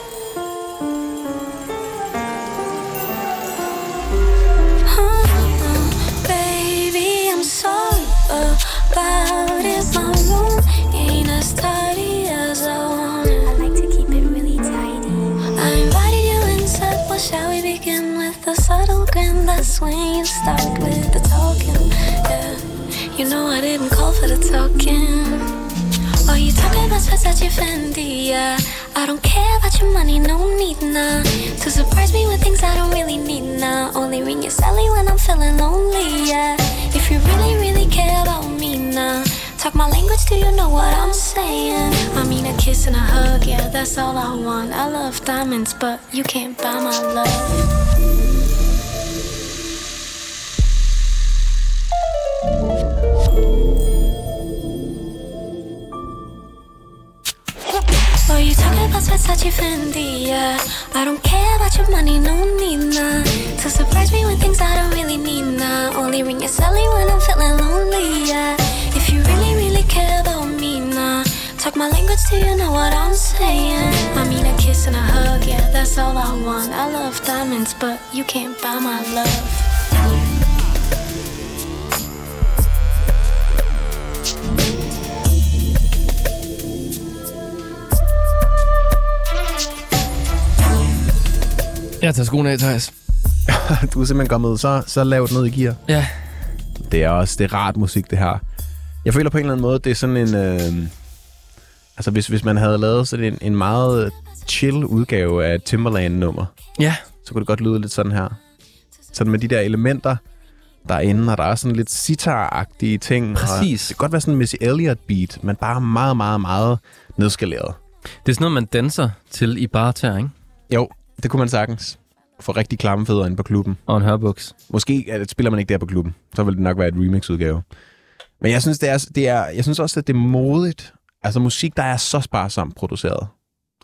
Baby, I'm sorry about it. My room ain't as tidy as I want it. I like to keep it really tidy. I invited you and said, well, shall we begin with a subtle grin? That's when you start with the talking, yeah. You know I didn't call for the talking. Oh, you talking about Versace Fendi, yeah. I don't care about your money, no need now. To surprise me with things I don't really need now. Only ring your celly when I'm feeling lonely, yeah. If you really, really care about me now. Talk my language, do you know what I'm saying? I mean a kiss and a hug, yeah, that's all I want. I love diamonds, but you can't buy my love. Oh, you talking about Versace Fendi, yeah. I don't care about your money, no need now. To surprise me with things I don't really need now. Only ring your celly when I'm feeling lonely, yeah. If you really, really care about me now. Talk my language, do you know what I'm saying? I mean a kiss and a hug, yeah, that's all I want. I love diamonds, but you can't buy my love. Jeg tager skoene af, Theis. Du er simpelthen kommet så lavt ned i gear. Ja. Det er rart musik, det her. Jeg føler på en eller anden måde, det er sådan en... altså, hvis man havde lavet sådan en meget chill udgave af Timbaland-nummer, ja, så kunne det godt lyde lidt sådan her. Sådan med de der elementer derinde, og der er sådan lidt sitar-agtige ting. Præcis. Det kan godt være sådan en Missy Elliott-beat, men bare meget, meget, meget nedskaleret. Det er sådan noget, man danser til i barter, ikke? Jo, det kunne man sagtens. Få rigtig klamme fødder inde på klubben. Og en hørbuks. Måske spiller man ikke der på klubben. Så vil det nok være et remix-udgave. Men jeg synes, jeg synes også, at det er modigt. Altså musik, der er så sparsomt produceret.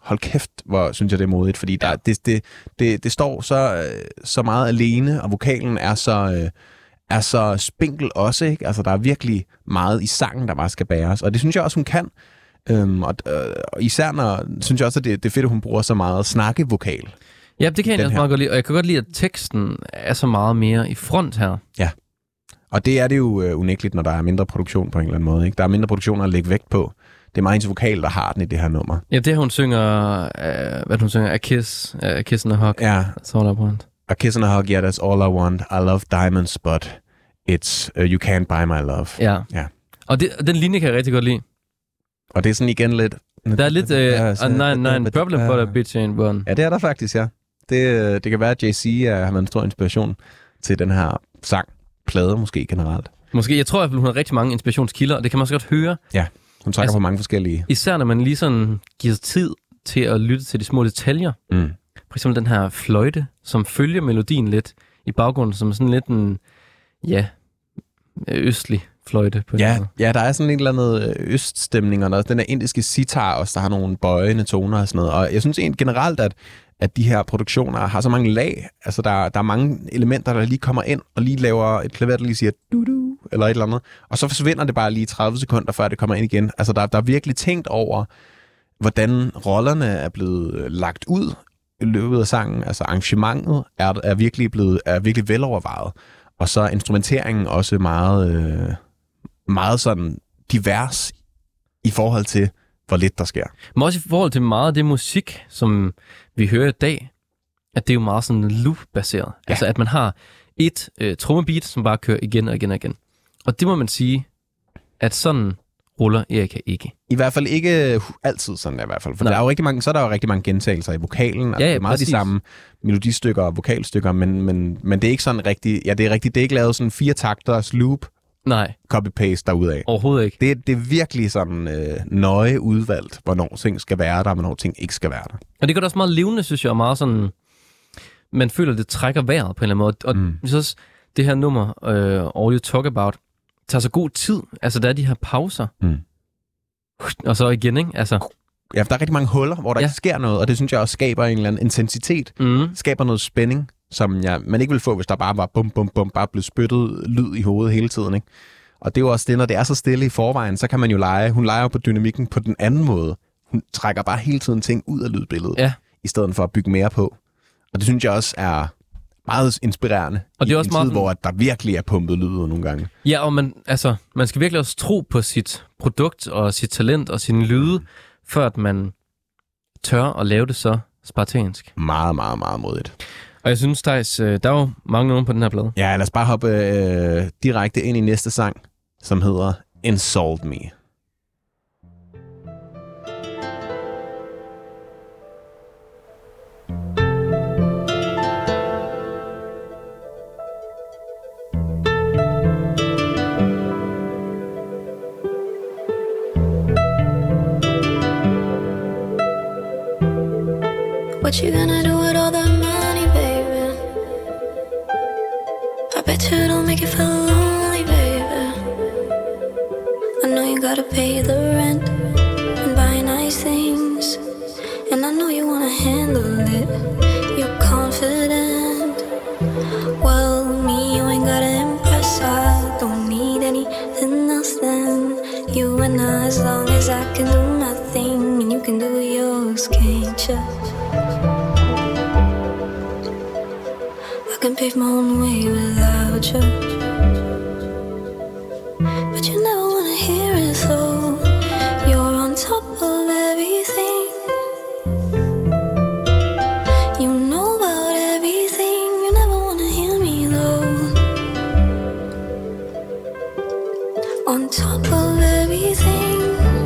hold kæft, hvor synes jeg, det er modigt, fordi det står så meget alene, og vokalen er så spinkel også, ikke? Altså, der er virkelig meget i sangen, der bare skal bæres, og det synes jeg også, hun kan. Og især synes jeg også, at det er fedt, at hun bruger så meget snakkevokal. Ja, det kan jeg også meget godt lide, og jeg kan godt lide, at teksten er så meget mere i front her. Ja, og det er det jo unægteligt, når der er mindre produktion på en eller anden måde, ikke? Der er mindre produktion at lægge vægt på. Det er meget hendes vokal, der har den i det her nummer. Ja, det hun synger, hvad hun synger, A Kiss and a Hug. Ja. That's all I want. A kiss and a hug, yeah, that's all I want. I love diamonds, but it's you can't buy my love. Ja. Og den linje kan jeg rigtig godt lide. Og det er sådan igen lidt... Der er lidt a problem for a bitch ain't one. Ja, det er der faktisk, ja. Det kan være, at Jay-Z har været en stor inspiration til den her sang. Plade måske generelt. Måske, jeg tror i hvert fald, hun har rigtig mange inspirationskilder, og det kan man også godt høre. Ja, hun trækker på mange forskellige. Især når man lige sådan giver tid til at lytte til de små detaljer. For eksempel den her fløjte, som følger melodien lidt i baggrunden, som sådan lidt en, østlig fløjte. På ja, der er sådan en eller anden øststemning, og der er den der indiske sitar også, der har nogle bøjende toner og sådan noget. Og jeg synes egentlig generelt, at de her produktioner har så mange lag. Altså, der er mange elementer, der lige kommer ind og lige laver et klaver, der lige siger du eller et eller andet. Og så forsvinder det bare lige 30 sekunder, før det kommer ind igen. Altså, der er virkelig tænkt over, hvordan rollerne er blevet lagt ud i løbet af sangen. Altså, arrangementet er virkelig velovervejet. Og så er instrumenteringen også meget sådan divers i forhold til, hvor lidt der sker. Men også i forhold til meget af det musik, som vi hører i dag, at det er jo meget sådan loop-baseret. Ja. Altså, at man har et trommebeat, som bare kører igen og igen og igen. Og det må man sige, at sådan ruller Erika ikke. I hvert fald ikke altid sådan i hvert fald. For der er jo rigtig mange gentagelser i vokalen. Altså, det er meget præcis. De samme melodistykker og vokalstykker, men det er ikke sådan rigtigt. Ja, det er rigtigt. Det er ikke lavet sådan 4 takters loop. Nej. Copy-paste derudaf. Overhovedet ikke. Det er virkelig sådan nøje udvalgt, hvornår ting skal være der, og hvornår ting ikke skal være der. Og det gør det også meget levende, synes jeg, og meget sådan, man føler, det trækker vejret på en eller anden måde. Og jeg synes også, det her nummer, All You Talk About, tager så god tid. Altså, der er de her pauser. Og så igen, ikke? Altså... Ja, der er rigtig mange huller, hvor der ikke sker noget, og det synes jeg også skaber en eller anden intensitet. Skaber noget spænding, som man ikke vil få, hvis der bare var bum, bum, bum, bare blev spyttet lyd i hovedet hele tiden, ikke? Og det er jo også det, når det er så stille i forvejen, så kan man jo lege. Hun leger jo på dynamikken på den anden måde. Hun trækker bare hele tiden ting ud af lydbilledet, i stedet for at bygge mere på. Og det synes jeg også er meget inspirerende og det er også en tid, hvor der virkelig er pumpet lyd ud nogle gange. Ja, og man skal virkelig også tro på sit produkt og sit talent og sine lyde, før at man tør at lave det så spartansk. Meget, meget, meget modigt. Og jeg synes, Theis, der er jo mange nogen på den her plade. Ja, lad os bare hoppe direkte ind i næste sang, som hedder Insult Me. What you gonna do with all the money, baby? I bet you don't make you feel lonely, baby. I know you gotta pay the rent and buy nice things, and I know you wanna handle it. You're confident. Well, me, you ain't gotta impress. I don't need anything else than you and I, as long as I can do my thing and you can do yours, can't you? I can pave my own way without you, but you never wanna hear it though. You're on top of everything, you know about everything. You never wanna hear me though. On top of everything.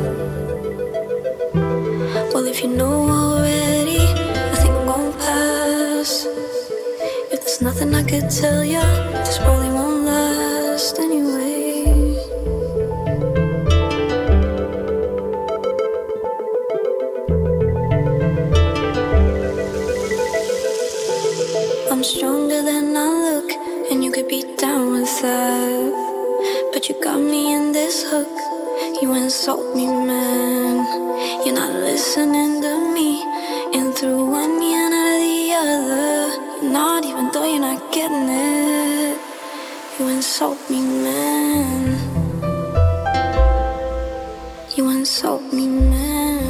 Well, if you know already, I think I'm gon' pass. There's nothing I could tell ya, this probably won't last anyway. I'm stronger than I look, and you could be down with that. But you got me in this hook, you insult me, man. You're not listening to me. In through one ear and out of the other. You're not, even though you're not getting it. You insult me, man. You insult me, man.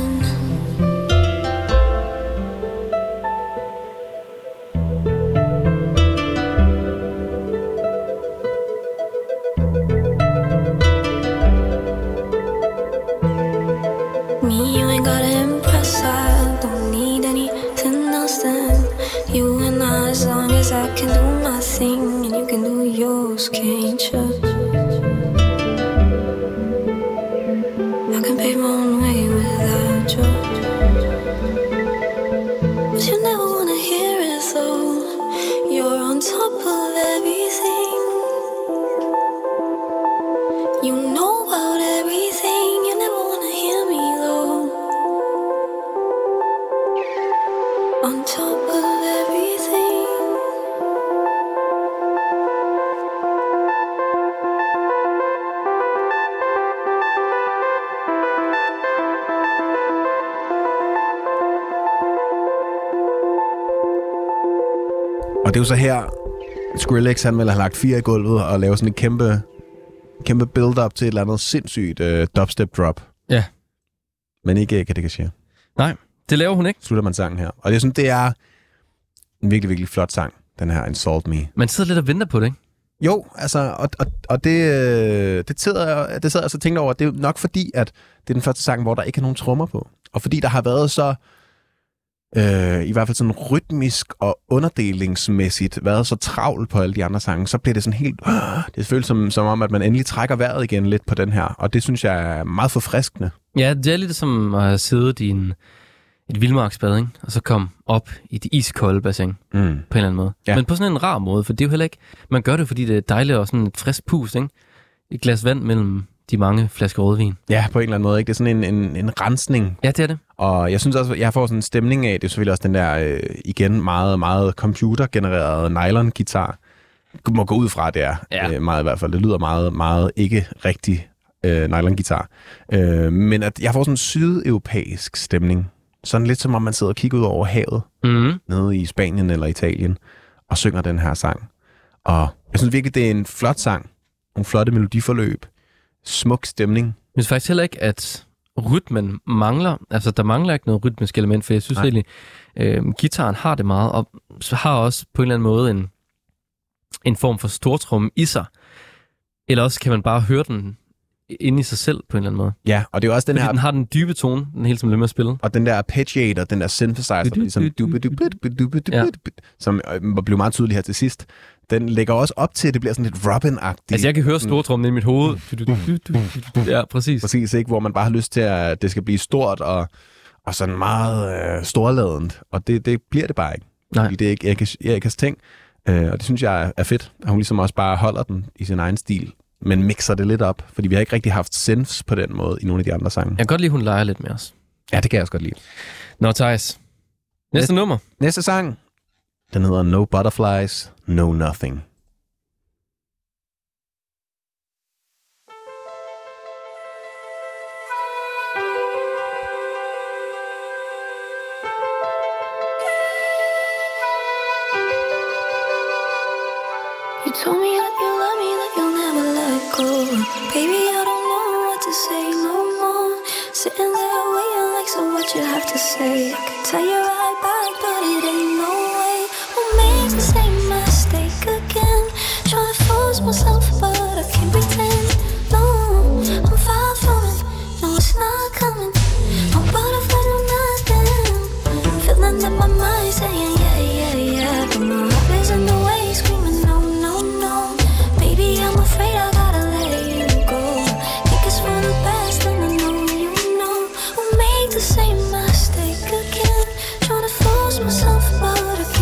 Me, you ain't gotta impress. I don't need anything else than you and I. As long as I can do my thing and you can do yours, can't you? I can pave my own way without you. But you never wanna hear it though. You're on top of everything. You know about everything. You never wanna hear me though. On top of everything. Og det er jo så her, Skrillex han vil have lagt 4 i gulvet og lave sådan en kæmpe build-up til et eller andet sindssygt dubstep drop. Ja. Men ikke Kadekashia. Nej, det laver hun ikke. Slutter man sangen her. Og det er sådan, det er en virkelig, virkelig flot sang, den her Insult Me. Man sidder lidt og venter på det, ikke? Jo, altså, og det sidder jeg så tænkt over, at det er nok fordi, at det er den første sang, hvor der ikke er nogen trommer på. Og fordi der har været så, i hvert fald sådan rytmisk og underdelingsmæssigt, været så travlt på alle de andre sange, så bliver det sådan helt, det føles som om, at man endelig trækker vejret igen lidt på den her. Og det synes jeg er meget forfriskende. Ja, det er lidt som at have siddet i et vildmarksbad, ikke? Og så komme op i det iskolde bassin, på en eller anden måde. Ja. Men på sådan en rar måde, for det er jo heller ikke, man gør det, fordi det er dejligt og sådan et frisk pust, ikke? Et glas vand mellem de mange flasker rødvin. Ja, på en eller anden måde, ikke? Det er sådan en rensning. Ja, det er det. Og jeg synes også, jeg får sådan en stemning af, det er selvfølgelig også den der, igen, meget, meget computergenererede nylon-guitar. Må gå ud fra, det er meget i hvert fald. Det lyder meget, meget ikke rigtig nylon-guitar. Men at jeg får sådan en sydeuropæisk stemning. Sådan lidt som om man sidder og kigger ud over havet, nede i Spanien eller Italien, og synger den her sang. Og jeg synes virkelig, det er en flot sang. Nogle flotte melodiforløb. Smuk stemning. Jeg synes faktisk heller ikke, at rytmen mangler. Altså, der mangler ikke noget rytmisk element, for jeg synes egentlig, guitaren har det meget, og så har også på en eller anden måde en form for stortrum i sig. Eller også kan man bare høre den inde i sig selv på en eller anden måde. Ja, og det er også den fordi her... den har den dybe tone, den hele som lømmer at spille. Og den der arpeggiator, den der synthesizer, som blev meget tydelig her til sidst, den lægger også op til, at det bliver sådan lidt Robin-agtigt. Altså, jeg kan høre stortrummen i mit hoved. Ja, præcis. Præcis, ikke? Hvor man bare har lyst til, at det skal blive stort og sådan meget storladent. Og det bliver det bare ikke. Nej. Fordi det er ikke Erikas ting. Og det synes jeg er fedt, at hun ligesom også bare holder den i sin egen stil, men mixer det lidt op. Fordi vi har ikke rigtig haft synths på den måde i nogle af de andre sange. Jeg kan godt lide, at hun leger lidt med os. Ja, det kan jeg også godt lide. Nå, Thijs. Næste nummer. Næste sang, den hedder No Butterflies, No Nothing. You told me that you love me, that you'll never let go. Baby, I don't know what to say no more. Sitting there waiting like, so what you have to say? I could tell you right back, but it ain't no way. We'll make the same mistake again. Trying to force myself, but I can't pretend. No, I'm far from it. No, it's not coming. No butterflies, no nothing. Feeling that my mind's saying yeah, yeah, yeah, but my heart is in the way, screaming no. I'm afraid I gotta let you go. Think it's for the best, and I know you know. We'll make the same mistake again. Trying to force myself, but I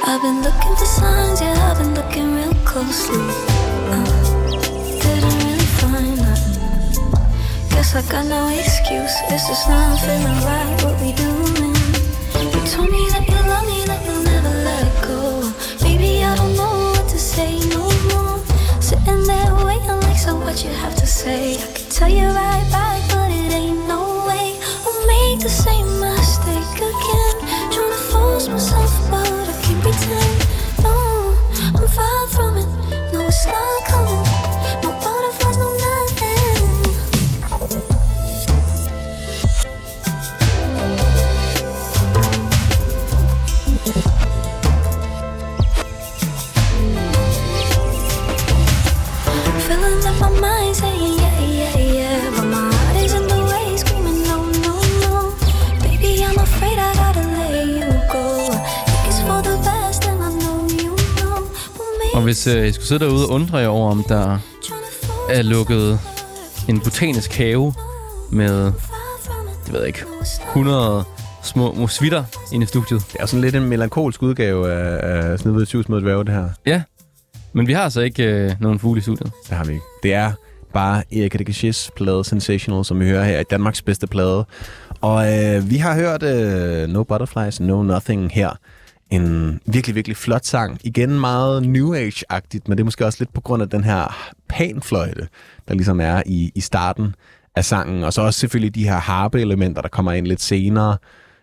I've been looking for signs, yeah, I've been looking real closely. Didn't really find nothing. Guess I got no excuse, it's just not feeling right what we doing. You told me that you love me, that you'll never let go. Baby, I don't know what to say no more. Sitting there waiting like, so what you have to say? I could tell you right back, but it ain't no way. I'll make the same mistake again. Trying to force myself, but I can't pretend. No, I'm far from it. No, it's not coming. No butterflies, no nothing. Feeling that my mind's saying yeah, yeah, yeah, but my heart is in the way, screaming no, no, no. Baby, I'm afraid I gotta let you go. Think it's for the best, and I know you know. Og hvis jeg skulle sidde derude og undre jer over, om der er lukket en botanisk have med, det ved jeg ikke, 100 små musvitter inde i studiet. Det er sådan lidt en melankolsk udgave af Snehvide Tyvs mod dværge, det her. Ja, men vi har altså ikke nogen fugle i studiet. Det har vi ikke. Det er bare Erika Degachés plade Sensational, som vi hører her i Danmarks bedste plade. Og vi har hørt No Butterflies, No Nothing her. En virkelig, virkelig flot sang. Igen meget New Age-agtigt, men det er måske også lidt på grund af den her panfløjte, der ligesom er i starten af sangen. Og så også selvfølgelig de her harpe-elementer, der kommer ind lidt senere.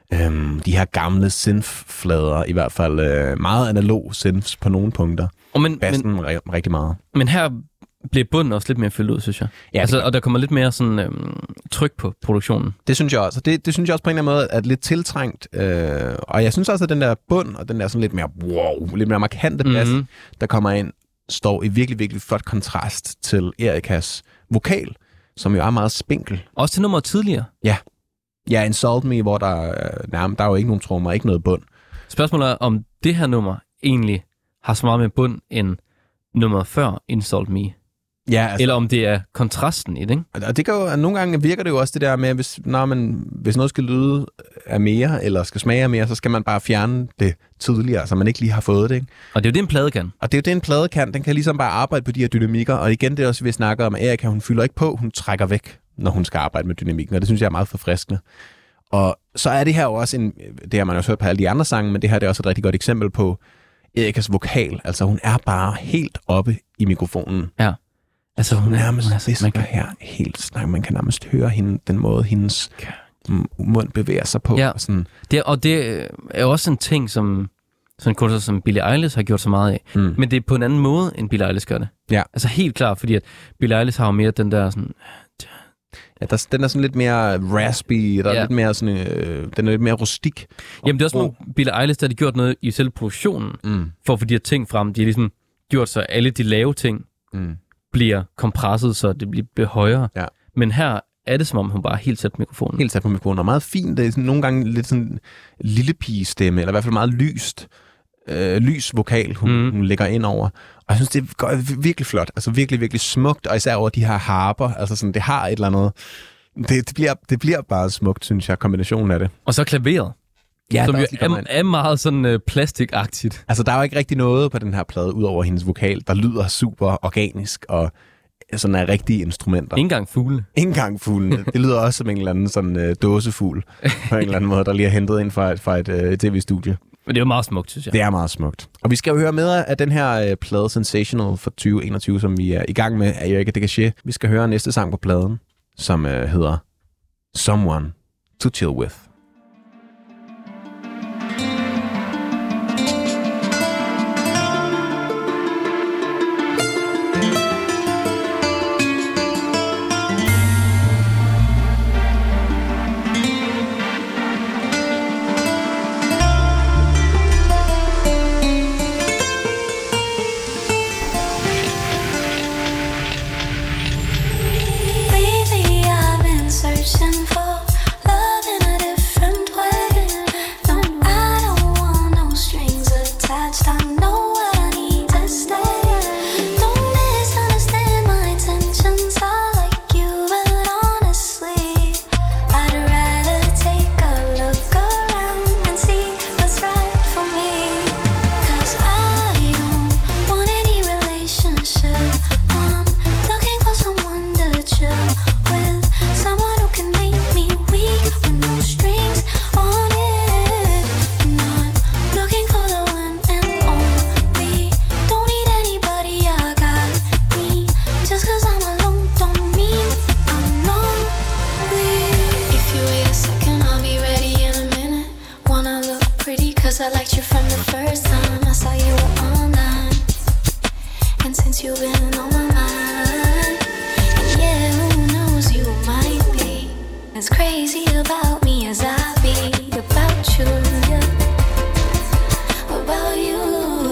De her gamle synth-flader, i hvert fald meget analog synths på nogle punkter. Bassen rigtig meget. Men her bliver bunden også lidt mere fyldt ud, synes jeg. Ja, altså, og der kommer lidt mere sådan, tryk på produktionen. Det synes jeg også. Det synes jeg også på en eller anden måde er lidt tiltrængt. Og jeg synes også, at den der bund, og den der sådan lidt mere lidt mere markante bas, der kommer ind, står i virkelig, virkelig flot kontrast til Erikas vokal, som jo er meget spinkel. Også til nummeret tidligere. Ja, Insult Me, hvor der er jo ikke nogen trommer, ikke noget bund. Spørgsmålet er, om det her nummer egentlig har så meget med bund end nummeret før Insult Me. Ja, altså, eller om det er kontrasten i det, ikke? Og det kan jo, nogle gange virker det jo også det der med, hvis noget skal lyde af mere, eller skal smage af mere, så skal man bare fjerne det tidligere, så man ikke lige har fået det, ikke? Og det er jo det, en plade kan. Og det er jo det, en plade kan. Den kan ligesom bare arbejde på de her dynamikker. Og igen, det er også, vi snakker om, at Erika, hun fylder ikke på, hun trækker væk, når hun skal arbejde med dynamikken. Og det synes jeg er meget forfriskende. Og så er det her jo også det har man også hørt på alle de andre sange, men det her det er også et rigtig godt eksempel på Erikas vokal. Altså, hun er bare helt oppe i mikrofonen. Ja. Altså, hun nærmest visker her helt snak. Man kan nærmest høre hende, den måde, hendes mund bevæger sig på. Ja. Og sådan. Det er jo også en ting, som sådan kunstner som Billie Eilish har gjort så meget af. Men det er på en anden måde, end Billie Eilish gør det. Ja. Altså helt klart, fordi at Billie Eilish har jo mere den der sådan... Ja, den er sådan lidt mere raspy, der er lidt mere sådan, den er lidt mere rustik. Jamen det er også med Billie Eilish, der har de gjort noget i selv produktionen, for at få de her ting frem. De har ligesom gjort så alle de lave ting bliver kompresset, så det bliver højere. Ja. Men her er det som om, hun bare er helt tæt på mikrofonen. Helt tæt på mikrofonen, og meget fint. Det er sådan, nogle gange lidt sådan lille pigestemme, eller i hvert fald meget lys vokal, hun lægger ind over. Og jeg synes, det er virkelig flot. Altså virkelig, virkelig smukt, og især over de her harper. Altså sådan, det har et eller andet... Det bliver bare smukt, synes jeg, kombinationen af det. Og så klaveret. Ja, som jo er meget sådan plastikagtigt. Altså, der er jo ikke rigtig noget på den her plade, udover hendes vokal, der lyder super organisk, og sådan er rigtige instrumenter. Ingen gang fugle. Ingen gang fuglene. Det lyder også som en eller anden sådan dåsefugl, på en eller anden måde, der lige har hentet ind fra et tv-studie. Men det er jo meget smukt, synes jeg. Det er meget smukt. Og vi skal jo høre med af den her plade Sensational for 2021, som vi er i gang med af Erika Degachés. Vi skal høre næste sang på pladen, som hedder Someone to Chill With. Searching for love in a different you've been on my mind. And yeah, who knows, you might be as crazy about me as I be about you, yeah. About you.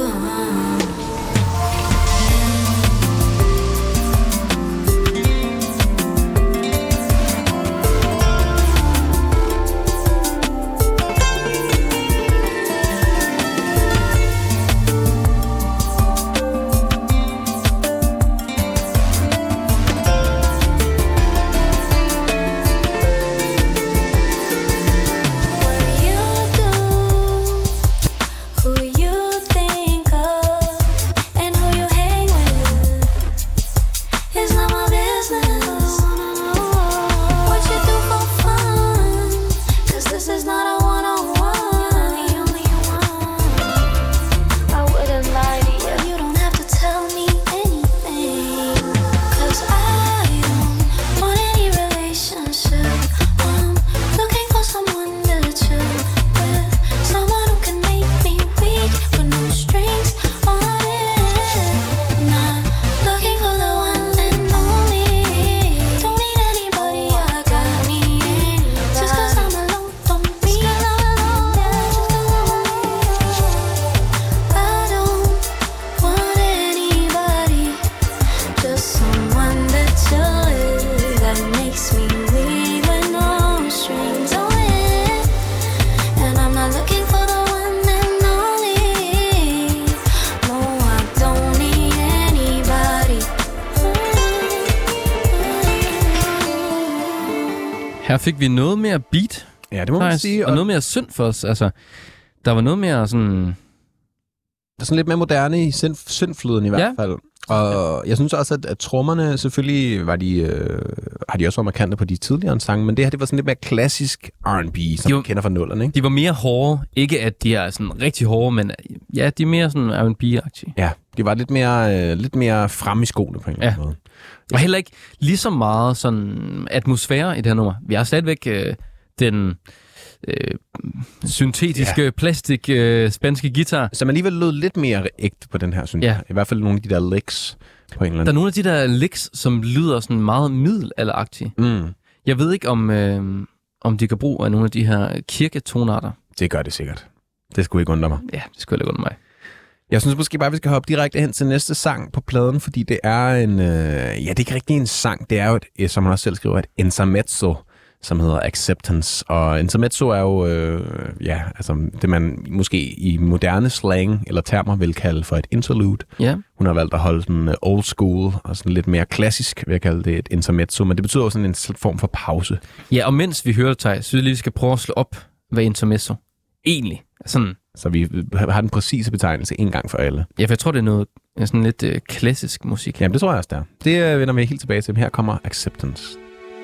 Her fik vi noget mere beat. Ja, det må man sige. Og noget mere synd for os. Altså, der var noget mere sådan... Der er sådan lidt mere moderne i syndflyden i hvert fald. Og jeg synes også, at trommerne selvfølgelig var har de også været markante på de tidligere sange, men det her, det var sådan lidt mere klassisk R&B, som man kender fra nullerne, ikke? De var mere hårde. Ikke at de er sådan rigtig hårde, men ja, de er mere sådan R&B-agtige. Ja, de var lidt mere frem i skoene på en eller anden måde. Og heller ikke lige så meget sådan atmosfære i det her nummer. Vi har stadigvæk den syntetiske plastik spanske guitar. Så man alligevel lød lidt mere ægte på den her, synes jeg. I hvert fald nogle af de der licks på en eller anden. Der er nogle af de der licks, som lyder sådan meget middelalderagtige. Jeg ved ikke, om de kan bruge af nogle af de her kirketonarter. Det gør det sikkert. Det skulle ikke undre mig. Ja, det skulle ikke undre mig. Jeg synes måske bare, vi skal hoppe direkte hen til næste sang på pladen, fordi det er en... det er ikke rigtig en sang. Det er jo, som man også selv skriver, et intermezzo, som hedder Acceptance. Og intermezzo er jo altså det, man måske i moderne slang eller termer vil kalde for et interlude. Ja. Hun har valgt at holde sådan old school og sådan lidt mere klassisk, vil jeg kalde det et intermezzo. Men det betyder også sådan en form for pause. Ja, og mens vi hører dig, så lige vi skal prøve at slå op, hvad intermezzo egentlig sådan... Så vi har den præcise betegnelse en gang for alle. Ja, for jeg tror, det er noget sådan lidt klassisk musik. Jamen, det tror jeg også, der. Det vender vi helt tilbage til. Her kommer Acceptance.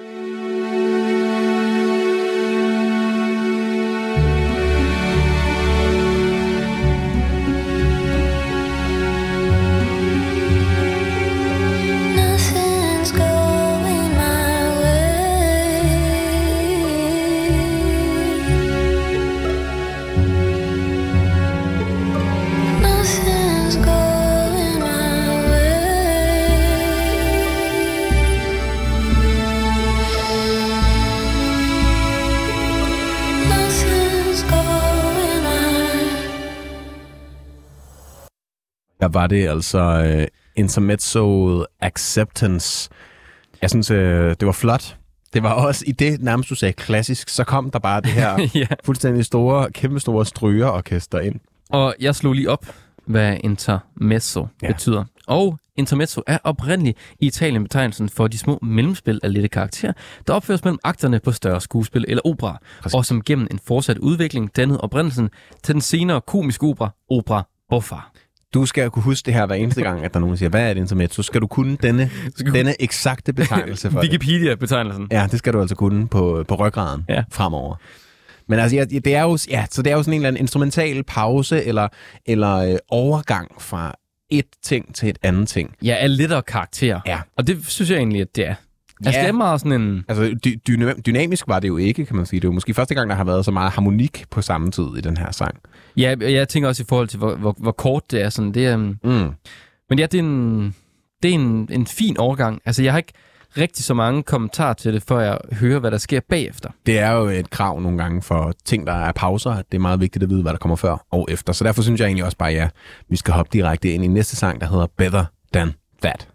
Der var det altså intermezzo Acceptance. Jeg synes, det var flot. Det var også i det, nærmest du sagde klassisk, så kom der bare det her fuldstændig store, kæmpestore strygerorkester ind. Og jeg slog lige op, hvad intermezzo betyder. Og intermezzo er oprindeligt i Italien betegnelsen for de små mellemspil af lette karakter, der opføres mellem akterne på større skuespil eller opera, og som gennem en fortsat udvikling dannede oprindelsen til den senere komiske opera buffa. Du skal kunne huske det her hver eneste gang, at der er nogen, der siger, hvad er et intermezzo? Så skal du kunne denne eksakte betegnelse for Wikipedia-betegnelsen. Ja, det skal du altså kunne på ryggraden fremover. Men altså, det er jo sådan en eller anden instrumental pause eller overgang fra et ting til et andet ting. Ja, af lettere karakter. Ja. Og det synes jeg egentlig, at det er. Altså, det er meget sådan en... Altså, dynamisk var det jo ikke, kan man sige. Det er jo måske første gang, der har været så meget harmonik på samme tid i den her sang. Ja, jeg tænker også i forhold til, hvor kort det er. Sådan, det er Men ja, det det er en fin overgang. Altså, jeg har ikke rigtig så mange kommentarer til det, før jeg hører, hvad der sker bagefter. Det er jo et krav nogle gange for ting, der er pauser. Det er meget vigtigt at vide, hvad der kommer før og efter. Så derfor synes jeg egentlig også bare, vi skal hoppe direkte ind i næste sang, der hedder Better Than That.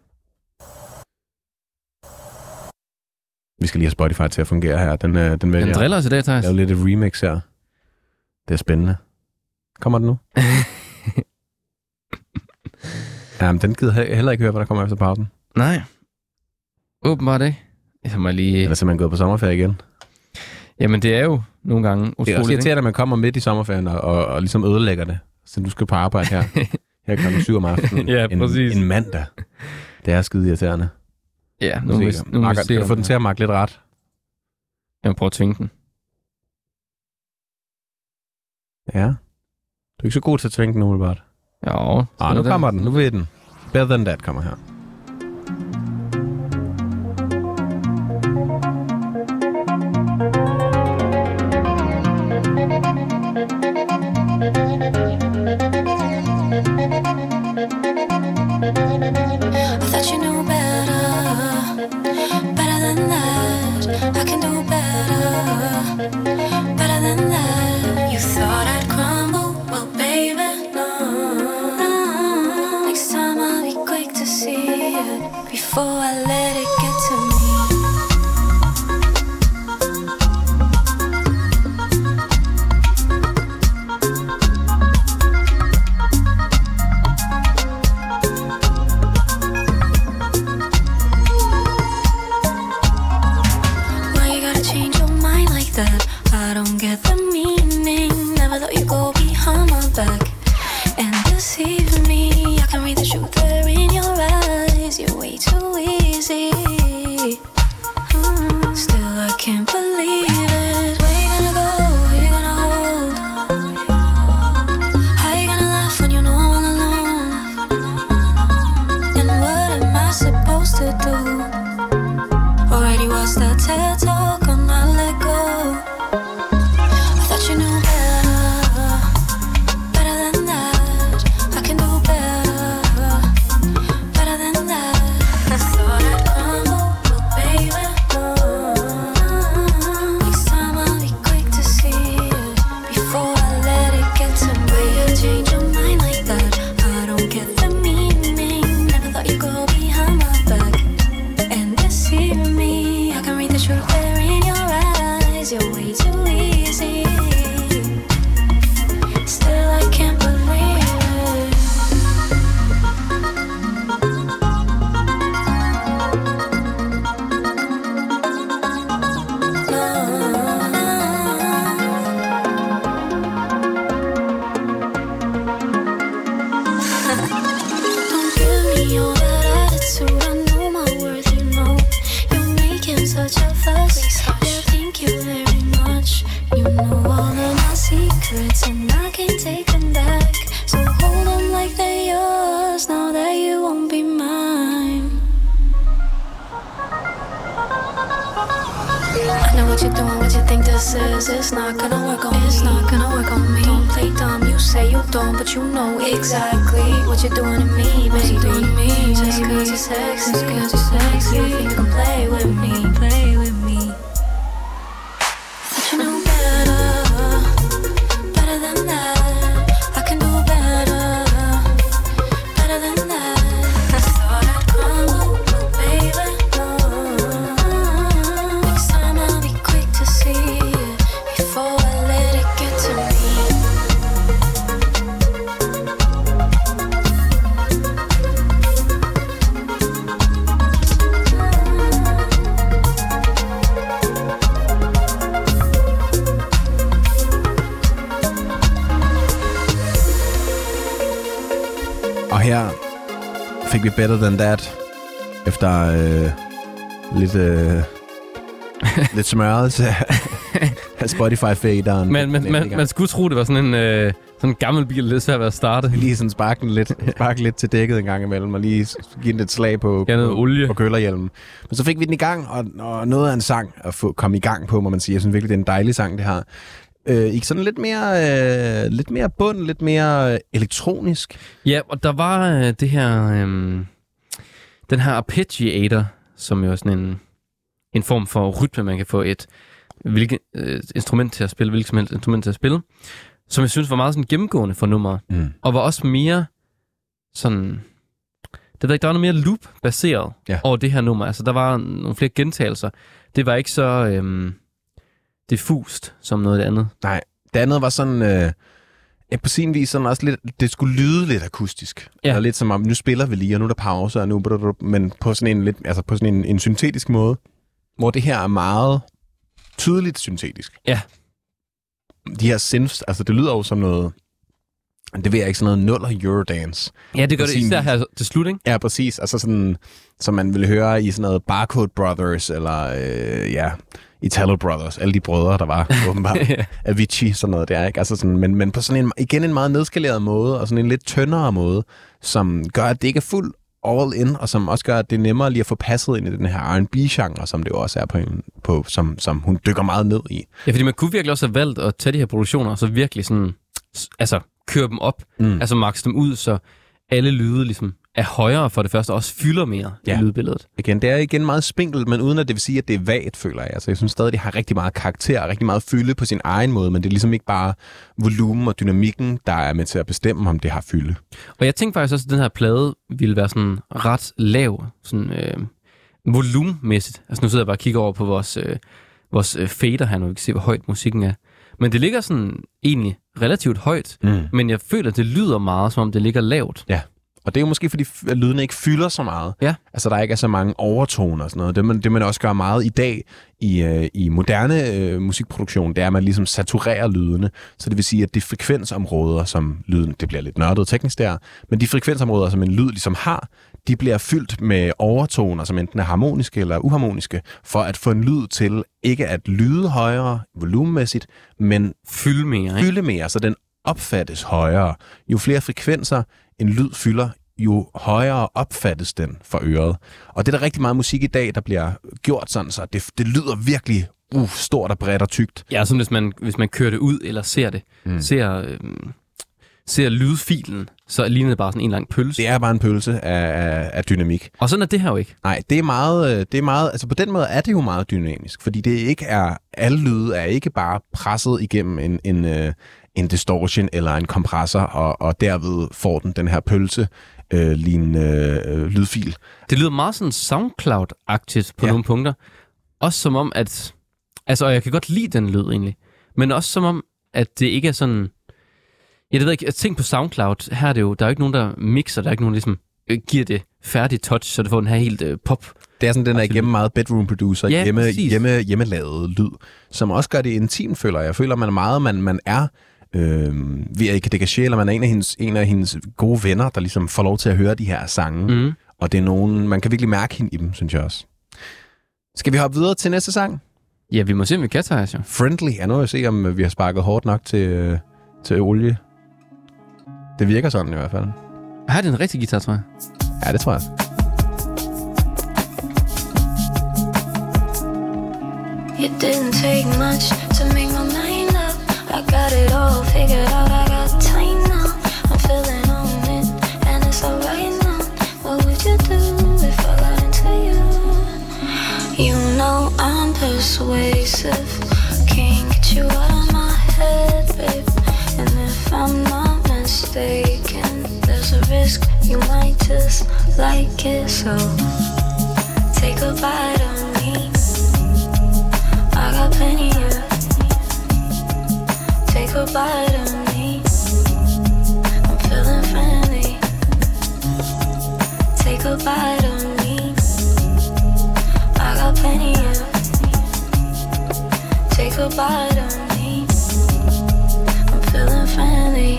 Vi skal lige have Spotify til at fungere her. Den driller os i dag, Thijs. Jeg lidt et remix her. Det er spændende. Kommer den nu? Jamen, den gider heller ikke høre, hvad der kommer efter pausen. Nej. Åbenbart ikke. Jeg må lige... Eller simpelthen gået på sommerferie igen. Jamen, det er jo nogle gange utroligt. Det er også irriterende, at man kommer midt i sommerferien og ligesom ødelægger det. Så du skal på arbejde her. Her klokken 7 om aftenen. Ja, præcis. En mandag. Det er skide irriterende. Ja, nu må vi se. Kan du få den til at makke lidt ret? Jeg må prøve at tvinge den. Ja. Du er ikke så god til at tvinge den umiddelbart. Jo. Nu kommer den. Nu ved den. Better Than That kommer her. Fik vi Better Than That efter lidt smørrelse af Spotify-faderen. Man skulle tro, det var sådan en gammel bil, lidt svært at starte. Lige sådan sparke lidt til dækket en gang imellem, og lige give den et slag på kølerhjelmen. Men så fik vi den i gang, og noget af en sang at komme i gang på, må man sige. Jeg synes virkelig, det er en dejlig sang, det her. Ikke sådan lidt mere bund, lidt mere elektronisk. Ja, og der var det her den her arpeggiator, som jo er sådan en form for rytme, man kan få et hvilket instrument til at spille, hvilket som helst instrument til at spille, som jeg synes var meget sådan gennemgående for nummeret, og var også mere sådan, det ved ikke, der var noget mere loop-baseret over det her nummer. Altså, der var nogle flere gentagelser. Det var ikke så diffust som noget af det andet. Nej, det andet var sådan, på sin vis sådan også lidt, det skulle lyde lidt akustisk. Ja. Eller lidt som om, nu spiller vi lige, og nu er der pause, og nu, men på sådan en lidt, altså på sådan en syntetisk måde, hvor det her er meget tydeligt syntetisk. Ja. De her synths, altså det lyder jo som noget, det ved jeg ikke, sådan noget nuller Eurodance. Ja, det gør det især her til slut, ikke? Ja, præcis. Altså sådan, som man ville høre i sådan noget Barcode Brothers, eller Italo Brothers, alle de brødre, der var åbenbart. Avicii, sådan noget der, ikke? Altså sådan, men på sådan en meget nedskaleret måde, og sådan en lidt tyndere måde, som gør, at det ikke er fuld all in, og som også gør, at det er nemmere lige at få passet ind i den her R&B-genre, som det jo også er som hun dykker meget ned i. Ja, fordi man kunne virkelig også have valgt at tage de her produktioner, og så virkelig sådan, altså køre dem op, altså max dem ud, så alle lyde ligesom er højere for det første, og også fylder mere i lydbilledet. Igen, det er igen meget spinkelt, men uden at det vil sige, at det er vagt, føler jeg. Altså, jeg synes stadig, det har rigtig meget karakter, og rigtig meget fylde på sin egen måde, men det er ligesom ikke bare volumen og dynamikken, der er med til at bestemme, om det har fylde. Og jeg tænkte faktisk også, at den her plade ville være sådan ret lav, sådan volumenmæssigt. Altså nu sidder jeg bare og kigger over på vores fader her, nu vi kan se, hvor højt musikken er. Men det ligger sådan egentlig relativt højt, men jeg føler, at det lyder meget, som om det ligger lavt. Ja, og det er jo måske, fordi lydene ikke fylder så meget. Ja. Altså, der ikke er så mange overtoner og sådan noget. Det man også gør meget i dag i moderne musikproduktion, det er, at man ligesom saturerer lydene. Så det vil sige, at de frekvensområder, som lyden, det bliver lidt nørdet teknisk der, men de frekvensområder, som en lyd ligesom har, de bliver fyldt med overtoner, som enten er harmoniske eller uharmoniske, for at få en lyd til ikke at lyde højere volumenmæssigt, men fylde mere, så den opfattes højere. Jo flere frekvenser en lyd fylder, jo højere opfattes den for øret. Og det er der rigtig meget musik i dag, der bliver gjort sådan, så det lyder virkelig stort og bredt og tykt. Ja, som hvis man kører det ud eller ser det, ser lydfilen, så ligner det bare sådan en lang pølse. Det er bare en pølse af dynamik. Og sådan er det her jo ikke. Nej, det er meget, altså på den måde er det jo meget dynamisk, fordi det ikke er, alle lyde er ikke bare presset igennem en distortion eller en kompressor, og derved får den her pølse lignende lydfil. Det lyder meget sådan SoundCloud-agtigt på nogle punkter. Også som om, at... Altså, og jeg kan godt lide den lyd egentlig. Men også som om, at det ikke er sådan... Jeg ved ikke, tænk på SoundCloud. Her er det jo... Der er jo ikke nogen, der mixer. Der er ikke nogen, der ligesom giver det færdig touch, så det får den her helt pop. Det er sådan, den er igennem meget bedroom producer, hjemmelavet lyd, som også gør det intimt, føler jeg. Jeg føler, man er meget... Man er... via Erika Degagé, eller man er en af hendes gode venner, der ligesom får lov til at høre de her sange. Og det er nogen, man kan virkelig mærke hende i dem, synes jeg også. Skal vi hoppe videre til næste sang? Ja, vi må se, om vi kan tage os, jo. Friendly. Ja, nu vil jeg se, om vi har sparket hårdt nok til olie. Det virker sådan i hvert fald. Har det en rigtig guitar, tror jeg? Ja, det tror jeg. It didn't take much to make my mind up. I got it all figured out, I got time now. I'm feeling on it, and it's alright now. What would you do if I got into you? You know I'm persuasive, can't get you out of my head, babe. And if I'm not mistaken, there's a risk you might just like it. So take a bite of me, I got plenty of. Take a bite of me, I'm feeling friendly. Take a bite of me, I got plenty of. Take a bite of me, I'm feeling friendly.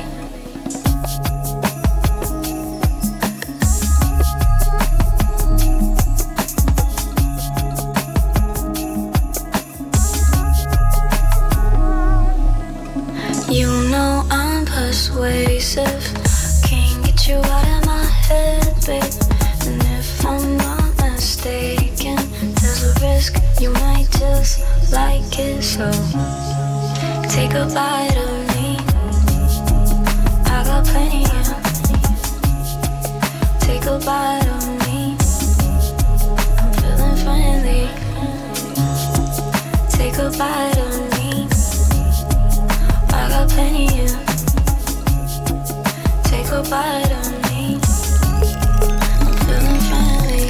You know I'm persuasive, can't get you out of my head, babe. And if I'm not mistaken, there's a risk you might just like it. So take a bite of me, I got plenty of. Take a bite of me, bite of me. I got plenty, yeah. Take a bite of me. I'm feeling friendly.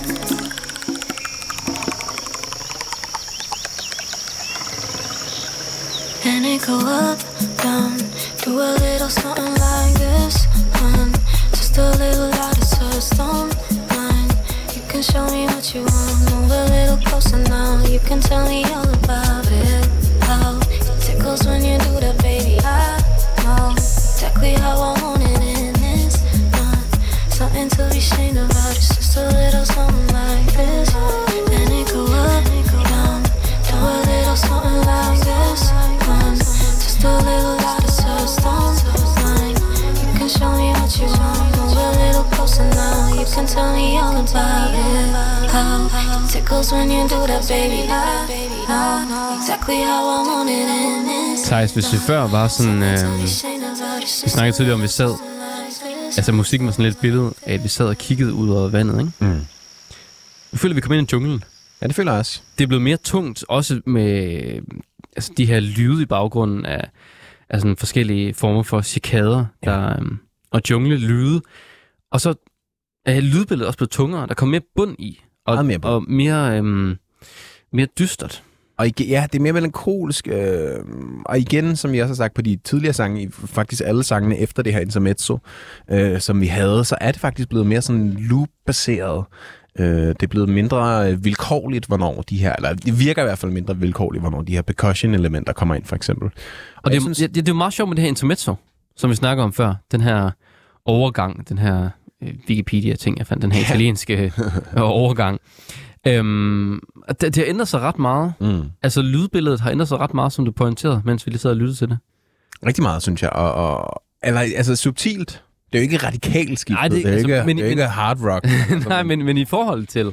And it go up, down, do a little something like this, just a little out of trust on mine. You can show me what you want, move a little closer now. You can tell me all about it, how it tickles when you do that, baby. I know exactly how I want it, and it's not something to be ashamed about. It's just a little something like this, and it go up, down, do a little something like this, just a little out of trust on mine. You can show me what you want, move a little closer now. You can tell me all about it, how it tickles when you do that, baby. I know exactly how I want it, and it's Thijs, hvis vi før var sådan... vi snakkede tidligere om, vi sad... Altså, musikken var sådan lidt et billede af, at vi sad og kiggede ud over vandet, ikke? Mm. Jeg føler, vi kom ind i junglen. Ja, det føler jeg også. Det er blevet mere tungt, også med altså, de her lyde i baggrunden af sådan forskellige former for cikader, der, og jungle-lyde. Og så er lydbilledet også blevet tungere. Der kommer mere bund i, og mere dystert. Og ja, det er mere melankolsk. Og igen, som vi også har sagt på de tidligere sange, faktisk alle sangene efter det her intermezzo, som vi havde, så er det faktisk blevet mere sådan loop-baseret. Det er blevet mindre vilkårligt, hvornår de her, eller det virker i hvert fald mindre vilkårligt, hvornår de her percussion-elementer kommer ind, for eksempel. Og det er jo meget sjovt med det her intermezzo, som vi snakker om før. Den her overgang, den her Wikipedia-ting, jeg fandt, den her italienske overgang. Det har ændret sig ret meget. Altså lydbilledet har ændret sig ret meget, som du pointerede, mens vi lige sad og lyttede til det. Rigtig meget, synes jeg. Altså subtilt. Det er jo ikke radikalt skiftet. Nej, det er jo ikke hard rock. Nej, men i forhold til,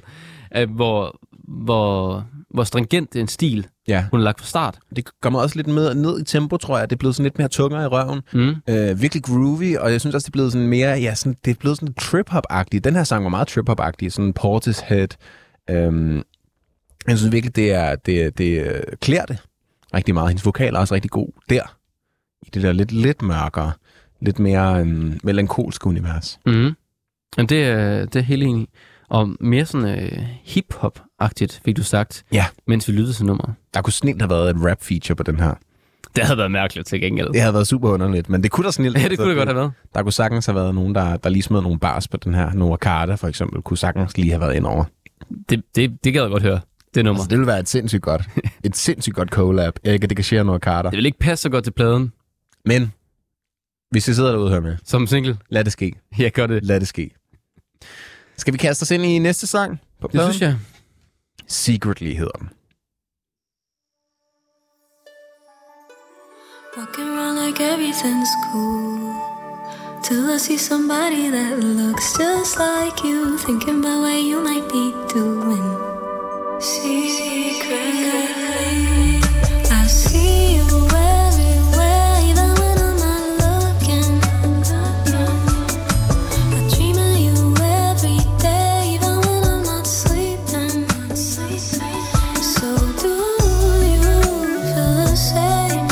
hvor stringent en stil hun har lagt fra start. Det kommer også lidt ned i tempo, tror jeg. Det er blevet sådan lidt mere tungere i røven. Virkelig groovy, og jeg synes også, det er blevet sådan mere, det er blevet sådan trip-hop-agtigt. Den her sang var meget trip-hop-agtig, sådan Portishead. Jeg synes virkelig, det klæder det rigtig meget. Hendes vokal er også rigtig god der. I det der lidt mørkere, lidt mere melankolske univers. Jamen, det er helt enig. Og mere sådan hip-hop-agtigt, fik du sagt, mens vi lyttede til nummeret. Der kunne snilt have været et rap-feature på den her. Det havde været mærkeligt til gengæld. Det havde været super underligt, men det kunne der snilt. Ja, det kunne det godt have været. Der kunne sagtens have været nogen, der lige smed nogle bars på den her. Noah Carter for eksempel, kunne sagtens lige have været indover. Det gad jeg godt høre, det nummer. Altså, det ville være et sindssygt godt collab. Erik Degagere Noah Carter. Det vil ikke passe så godt til pladen. Men hvis I sidder derude og hører med. Som single. Lad det ske. Ja, gør det. Lad det ske. Skal vi kaste os ind i næste sang på pladen? Det synes jeg. Secretly hedder den. Walking around like everything's cool till I see somebody that looks just like you, thinking about what you might be doing. Secretly, I see you everywhere, even when I'm not looking. I dream of you every day, even when I'm not sleeping. So do you feel the same?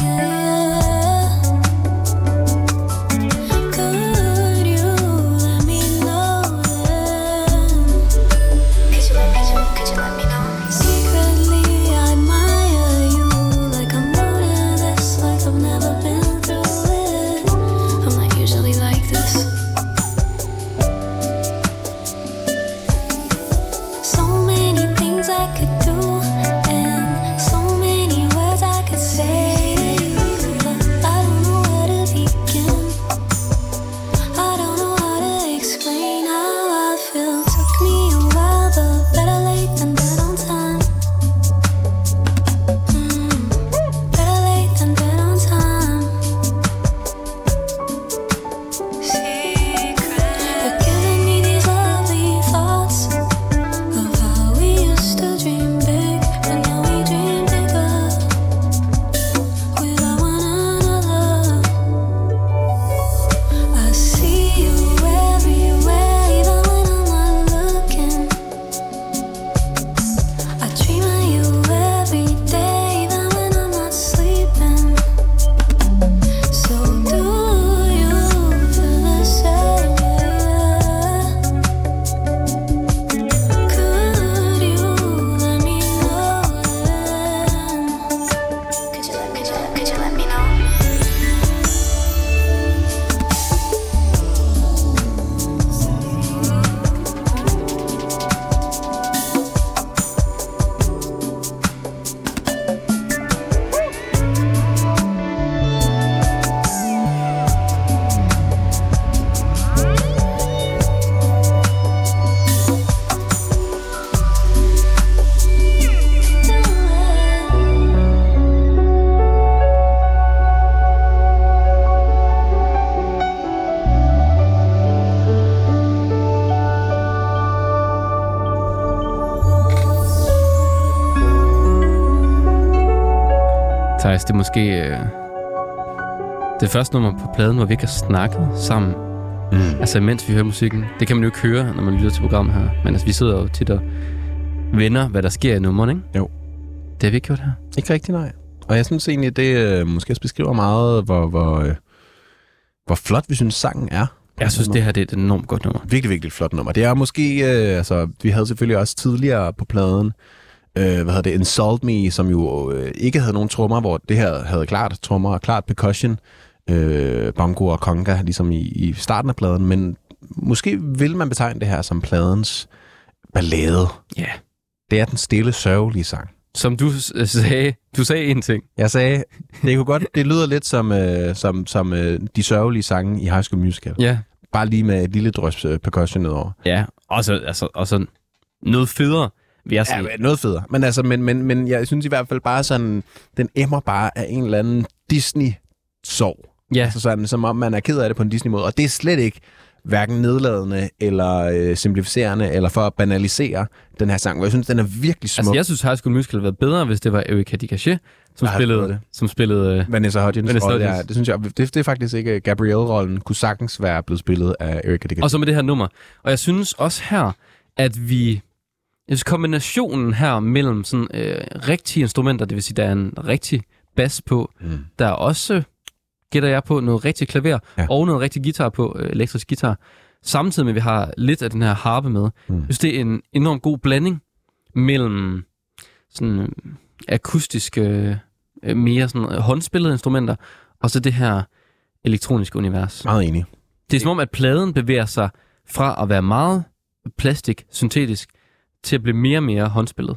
Could you let me know then? Could you let me know? Secretly I admire you. Thijs, det er måske det første nummer på pladen, hvor vi ikke har snakket sammen. Altså, mens vi hører musikken. Det kan man jo ikke høre, når man lytter til programmet her. Men altså, vi sidder jo tit og vender, hvad der sker i nummeren, ikke? Jo. Det har vi ikke gjort her. Ikke rigtigt, nej. Og jeg synes egentlig, det måske også beskriver meget, hvor flot vi synes, sangen er. Jeg synes, det her det er et enormt godt nummer. Virkelig, virkelig flot nummer. Det er måske, vi havde selvfølgelig også tidligere på pladen, Insult Me, som jo ikke havde nogen trommer, hvor det her havde klart trommer og klart percussion, bongo og conga, ligesom i starten af pladen, men måske vil man betegne det her som pladens ballade. Ja. Yeah. Det er den stille, sørgelige sang. Som du sagde en ting. Jeg sagde, det lyder lidt som de sørgelige sange i High School Musical. Ja. Bare lige med et lille drøs percussion nedover. Ja, og så noget federe. Ja, noget federe. Men, altså, men jeg synes i hvert fald bare sådan, den emmer bare af en eller anden Disney-sorg. Ja. Altså sådan, som om man er ked af det på en Disney-måde. Og det er slet ikke hverken nedladende eller simplificerende, eller for at banalisere den her sang. Jeg synes, den er virkelig smuk. Altså, jeg synes, High School Musical havde været bedre, hvis det var Erika Dikaché, som spillede Vanessa Hudgens. Ja, det synes jeg, det er faktisk ikke. Gabrielle-rollen kunne sagtens være blevet spillet af Erika Dikaché. Og så med det her nummer. Og jeg synes også her, at kombinationen her mellem sådan rigtige instrumenter, det vil sige, der er en rigtig bas på, der er også, gætter jeg på, noget rigtig klaver, og noget rigtig guitar på, elektrisk guitar, samtidig med, at vi har lidt af den her harpe med. Jeg synes, det er en enormt god blanding mellem sådan akustiske, mere sådan håndspillede instrumenter, og så det her elektroniske univers. Meget enig. Det er som om, at pladen bevæger sig fra at være meget plastik, syntetisk, til at blive mere og mere håndspillet.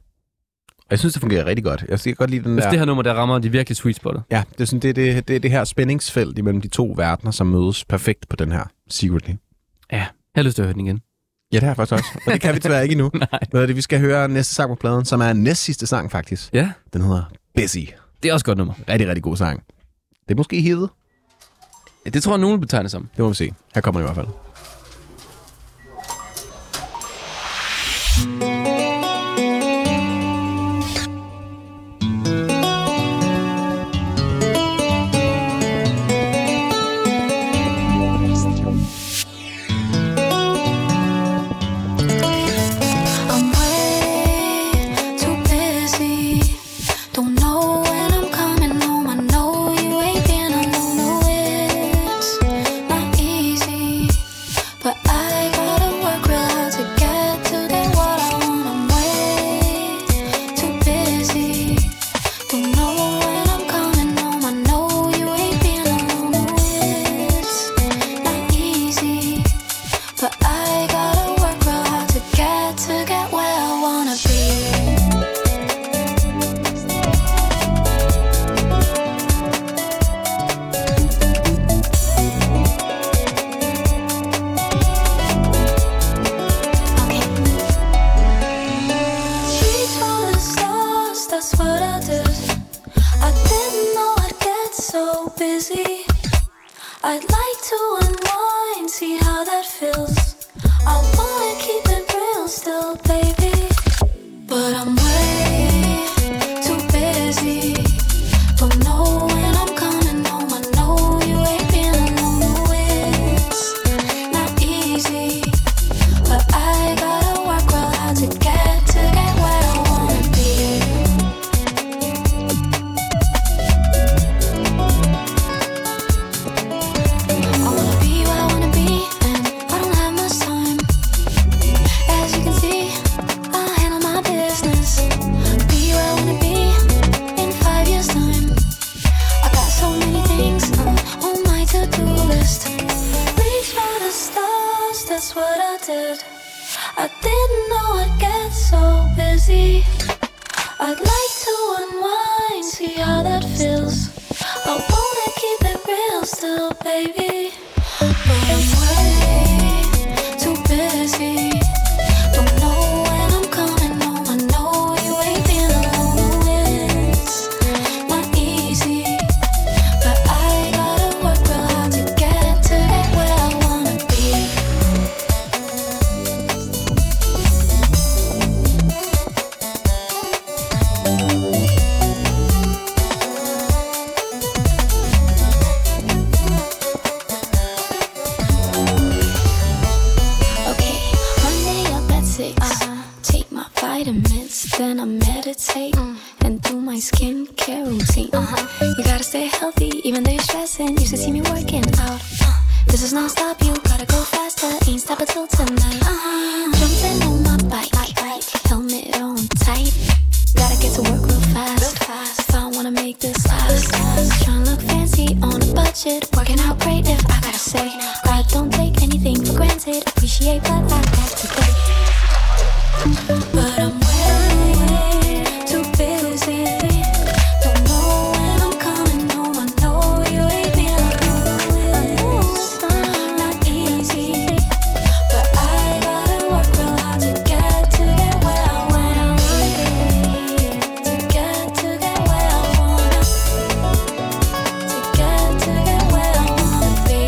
Jeg synes, det fungerer rigtig godt. Jeg kan godt lide den der. Det her nummer, der rammer de virkelig sweet spottet. Ja, det er sådan, det her spændingsfelt imellem de to verdener, som mødes perfekt på den her Secretly. Ja, jeg har lyst til at høre den igen. Ja, det har jeg faktisk også. Og det kan vi desværre ikke endnu. Nej. Vi skal høre næste sang på pladen, som er næst sidste sang faktisk. Ja. Den hedder Busy. Det er også et godt nummer. Rigtig, rigtig god sang. Det er måske hidet. Ja, det tror jeg, nogen betegner som. Det må vi se. Her kommer det i hvert fald. meditate and do my skincare routine. You gotta stay healthy even though you're stressing. You should see me working out. This is non-stop, you gotta go faster. Ain't stop until tonight. Jumping on my bike, helmet on tight. Gotta get to work real fast. If I wanna make this last. Tryna look fancy on a budget. Working out great if I gotta say. God don't take anything for granted. Appreciate what I got today. But I'm way too busy. Don't know when I'm coming home. I know you ain't been this. Not easy. But I gotta work real hard to get where I wanna be. To get where I wanna. To get where I wanna be.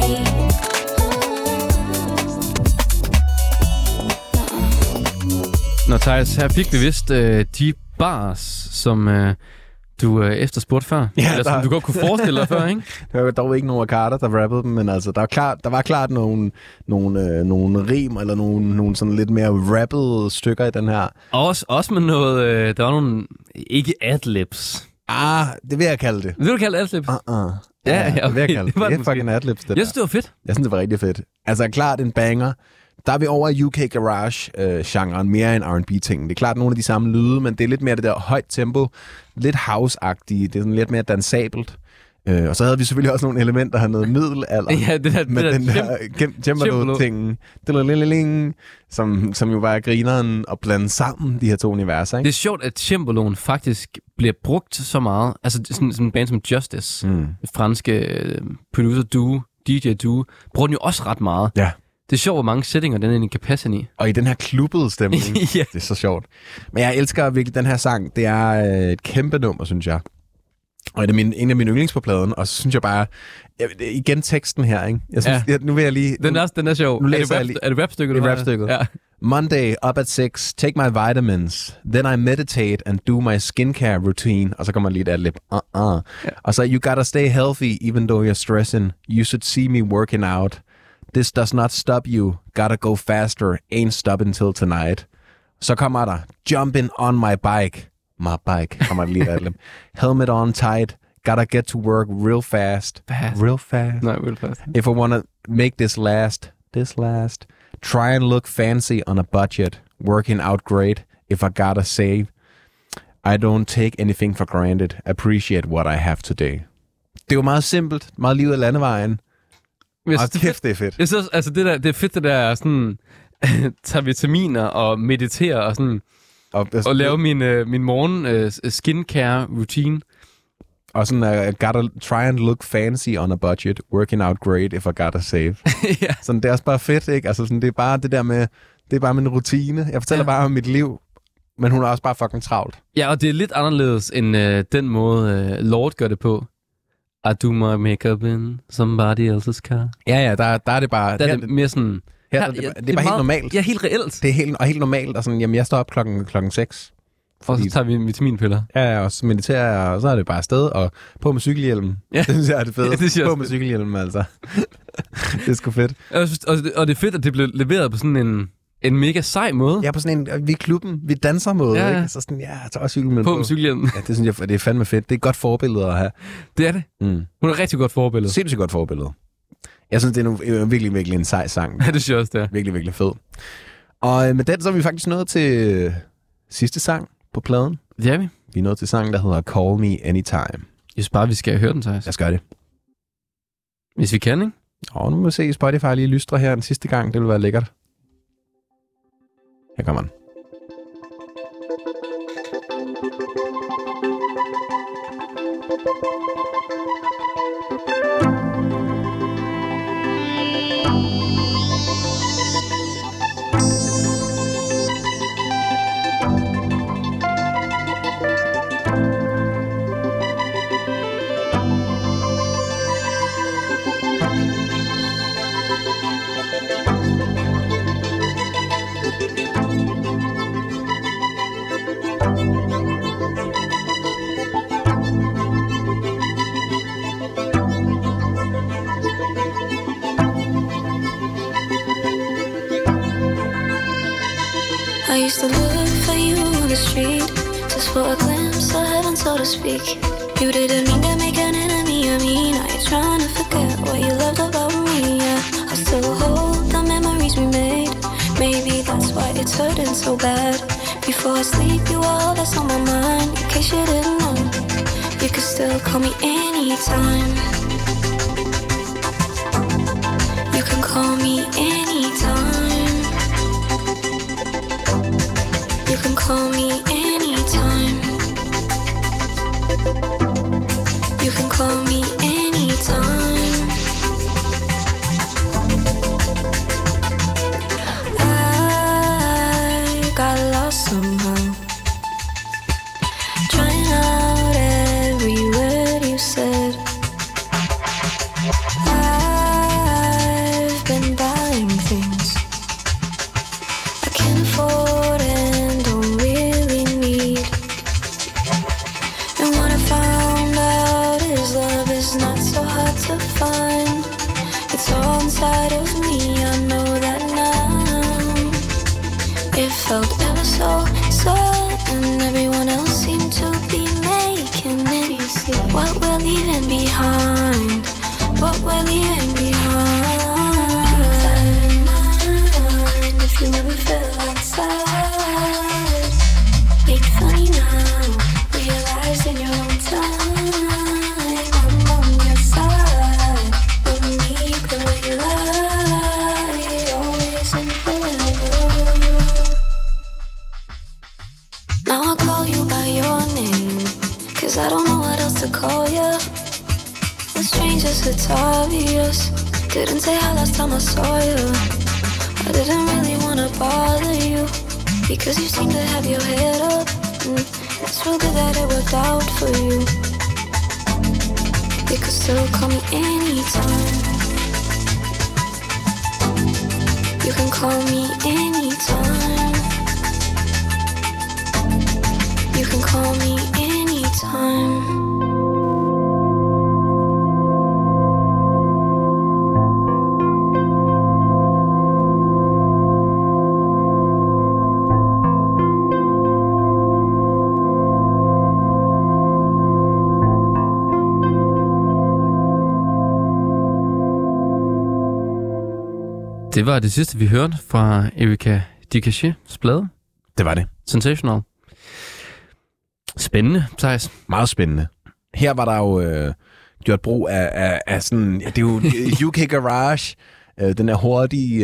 Nå, Thijs, her fik vi vist de bars, som du efterspurgte før. Ja, eller som du godt kunne forestille dig før, ikke? Der var dog ikke nogen Carter, der rappede dem, men altså, der var klart nogle rim, eller nogle sådan lidt mere rappede stykker i den her. Også med noget, der var nogle, ikke adlibs. Det vil jeg kalde det. Vil du kalde adlibs? Ja, det vil jeg kalde det. Det er fucking adlibs, det der. Jeg synes, det var fedt. Jeg synes, det var rigtig fedt. Altså, klart en banger. Der er vi over i UK Garage-genren, mere end R&B-tingen. Det er klart nogle af de samme lyde, men det er lidt mere det der højt tempo, lidt house-agtige, det er sådan lidt mere dansabelt. Og så havde vi selvfølgelig også nogle elementer her noget middelalder. Ja, det der, med den der cembalo-tingen, som jo bare er grineren at blande sammen de her to universer, ikke? Det er sjovt, at cembaloen faktisk bliver brugt så meget. Altså sådan en band som Justice, franske producer-duo, DJ-duo, bruger den jo også ret meget. Ja. Det er sjovt, hvor mange settinger den egentlig kan passe ind i. Og i den her klubbede stemning. Ja. Det er så sjovt. Men jeg elsker virkelig den her sang. Det er et kæmpe nummer, synes jeg. Og det er en af mine yndlings på pladen. Og så synes jeg bare... igen teksten her, ikke? Jeg synes, nu vil jeg lige... Den er sjov. Er det rapstykket? Det er rapstykket. Ja. Monday, up at 6, take my vitamins. Then I meditate and do my skincare routine. Og så kommer lige et adlib. Ja. Og så, you gotta stay healthy even though you're stressing. You should see me working out. This does not stop you. Gotta go faster. Ain't stop until tonight. Så kommer der jumping on my bike. My bike. Kommer der lige et helmet on tight. Gotta get to work real fast. Real fast. Nej, real fast. If I wanna make this last. Try and look fancy on a budget. Working out great. If I gotta save. I don't take anything for granted. Appreciate what I have today. Det er jo meget simpelt. Meget livet af landevejen. Kæft, det er fedt. Jeg synes, altså det er fedt, det der sådan, tage vitaminer og meditere og sådan, og lave min morgen skincare routine. Og sådan, gotta try and look fancy on a budget, working out great if I gotta save. Ja. Sådan, det er også bare fedt, ikke? Altså sådan, det er bare det der med, det er bare min rutine. Jeg fortæller bare om mit liv, men hun er også bare fucking travlt. Ja, og det er lidt anderledes end den måde Lord gør det på. I do my makeup in somebody else's car. Ja, der er det bare... Der er det mere sådan... det er bare helt normalt. Ja, helt reelt. Det er helt normalt, og sådan, jamen, jeg står op klokken 6. Og så tager vi vitaminpiller. Ja, og så mediterer jeg, og så er det bare afsted, og på med cykelhjelmen. Ja. Det synes jeg er det fede. Ja, på med cykelhjelmen, altså. Det er sgu fedt. Og det er fedt, at det blev leveret på sådan en mega sej måde. Ja, på sådan en, vi er klubben, vi danser måde, ikke? Så sådan, så også cykelhjelmen på. Med cykelhjelmen. Ja, det synes jeg, det er fandme fedt. Det er et godt forbillede at have. Det er det. Hun er et rigtig godt forbillede. Sindssygt godt forbillede. Jeg synes, det er virkelig, virkelig en sej sang. Ja, det synes jeg også, det er. Virkelig, virkelig fed. Og med den, så er vi faktisk nået til sidste sang på pladen. Det er vi. Vi er nået til sangen, der hedder Call Me Anytime. Jeg synes bare, vi skal høre den, Thijs. Lad os gøre det. Hvis vi kan, ikke? Og nu må vi se Spotify lige lystre her den sidste gang. Det vil være lækkert. Her kommer den. I used to look for you on the street, to just for a glimpse of heaven, so to speak. You didn't mean to make an enemy of me. Now you're trying to forget what you loved about me. Yeah, I still hold the memories we made. Maybe that's why it's hurting so bad. Before I sleep, you are all that's on my mind. In case you didn't know, you can still call me anytime. You can call me anytime. You can call me anytime. You can call me anytime. I got lost somehow, trying out every word you said. I've been buying things I can't afford and don't really need. And what I found out is love is not so hard to find. It's all inside of me, I know that now. It felt ever so and everyone else seemed to be making it easy. What we're leaving behind, what we're leaving behind. If you ever feel outside, make funny now, realize in your own time. I'm on your side, with me you can rely, always and forever. Now I call you by your name, cause I don't know what else to call you. The strangers, it's obvious. Didn't say hi last time I saw you. I didn't really wanna bother you, because you seem to have your head up. It's real good that it worked out for you. You could still call me anytime. You can call me anytime. You can call me anytime. Det var det sidste, vi hørte fra Erika Dicachet's plade. Det var det. Sensational. Spændende, Theis. Meget spændende. Her var der jo gjort brug af sådan... Ja, det er jo UK Garage. Den er hurtig...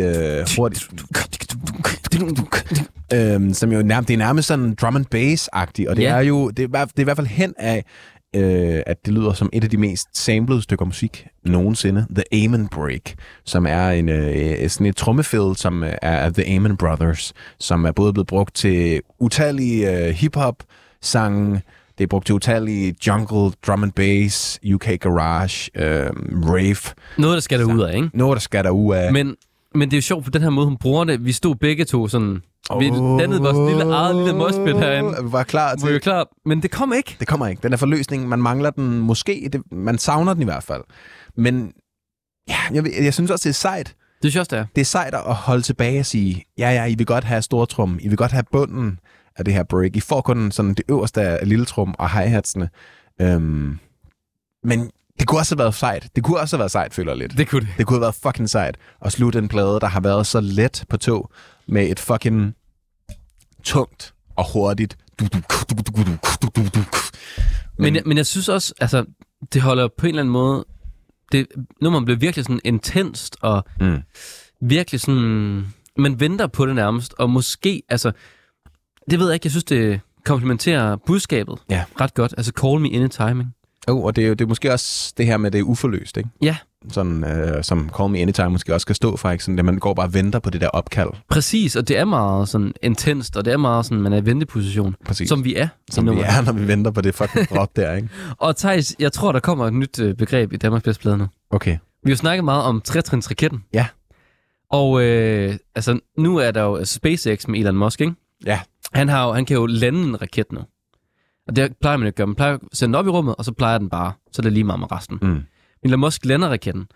som jo det er nærmest sådan drum and bass-agtig. Og det er jo... Det er i hvert fald hen af... at det lyder som et af de mest samplede stykker musik nogensinde. The Amen Break, som er sådan et trommefiddle, som er af The Amen Brothers, som er både blevet brugt til utallige hip-hop-sange, det er brugt til utallige jungle, drum and bass, UK Garage, rave. Noget, der skal der ud af, ikke? Noget, der skal der ud af. Men det er jo sjovt på den her måde, hun bruger det. Vi stod begge to sådan... Vi dannede vores lille moshpit herinde. Vi var klar til... Vi var klar, men det kom ikke. Det kommer ikke. Den er forløsning. Man mangler den måske. Man savner den i hvert fald. Men ja, jeg synes også, det er sejt. Det synes jeg også, det er. Det er sejt at holde tilbage og sige, ja, I vil godt have stortrum. I vil godt have bunden af det her break. I får kun sådan det øverste af lilletrum og hi-hatsene. Men det kunne også have været sejt. Det kunne også have været sejt, føler jeg lidt. Det kunne det. Det kunne have været fucking sejt at slutte en plade, der har været så let på tog, med et fucking tungt og hurtigt. Men jeg synes også, altså, det holder på en eller anden måde... Nu man bliver virkelig sådan intenst, og virkelig sådan... Man venter på det nærmest, og måske, altså... Det ved jeg ikke, jeg synes, det komplementerer budskabet ret godt. Altså, call me anytime. Og det er måske også det her med, det er uforløst, ikke? Ja. Sådan, som Call Me Anytime måske også skal stå for, ikke? Sådan, at man går bare og venter på det der opkald. Præcis, og det er meget sådan intenst, og det er meget sådan, man er i venteposition. Præcis. Som vi er. Som vi er, når vi venter på det fucking drop der, ikke? Og Theis, jeg tror, der kommer et nyt begreb i Danmarks Bedste Plade nu. Okay. Vi har snakket meget om tretrinsraketten. Ja. Og altså, nu er der jo SpaceX med Elon Musk, ikke? Ja. Han kan jo lande en raket nu. Og det plejer man jo at gøre. Man plejer at sende den op i rummet, og så plejer den bare. Så er det lige meget med resten. Elon Musk lander raketten.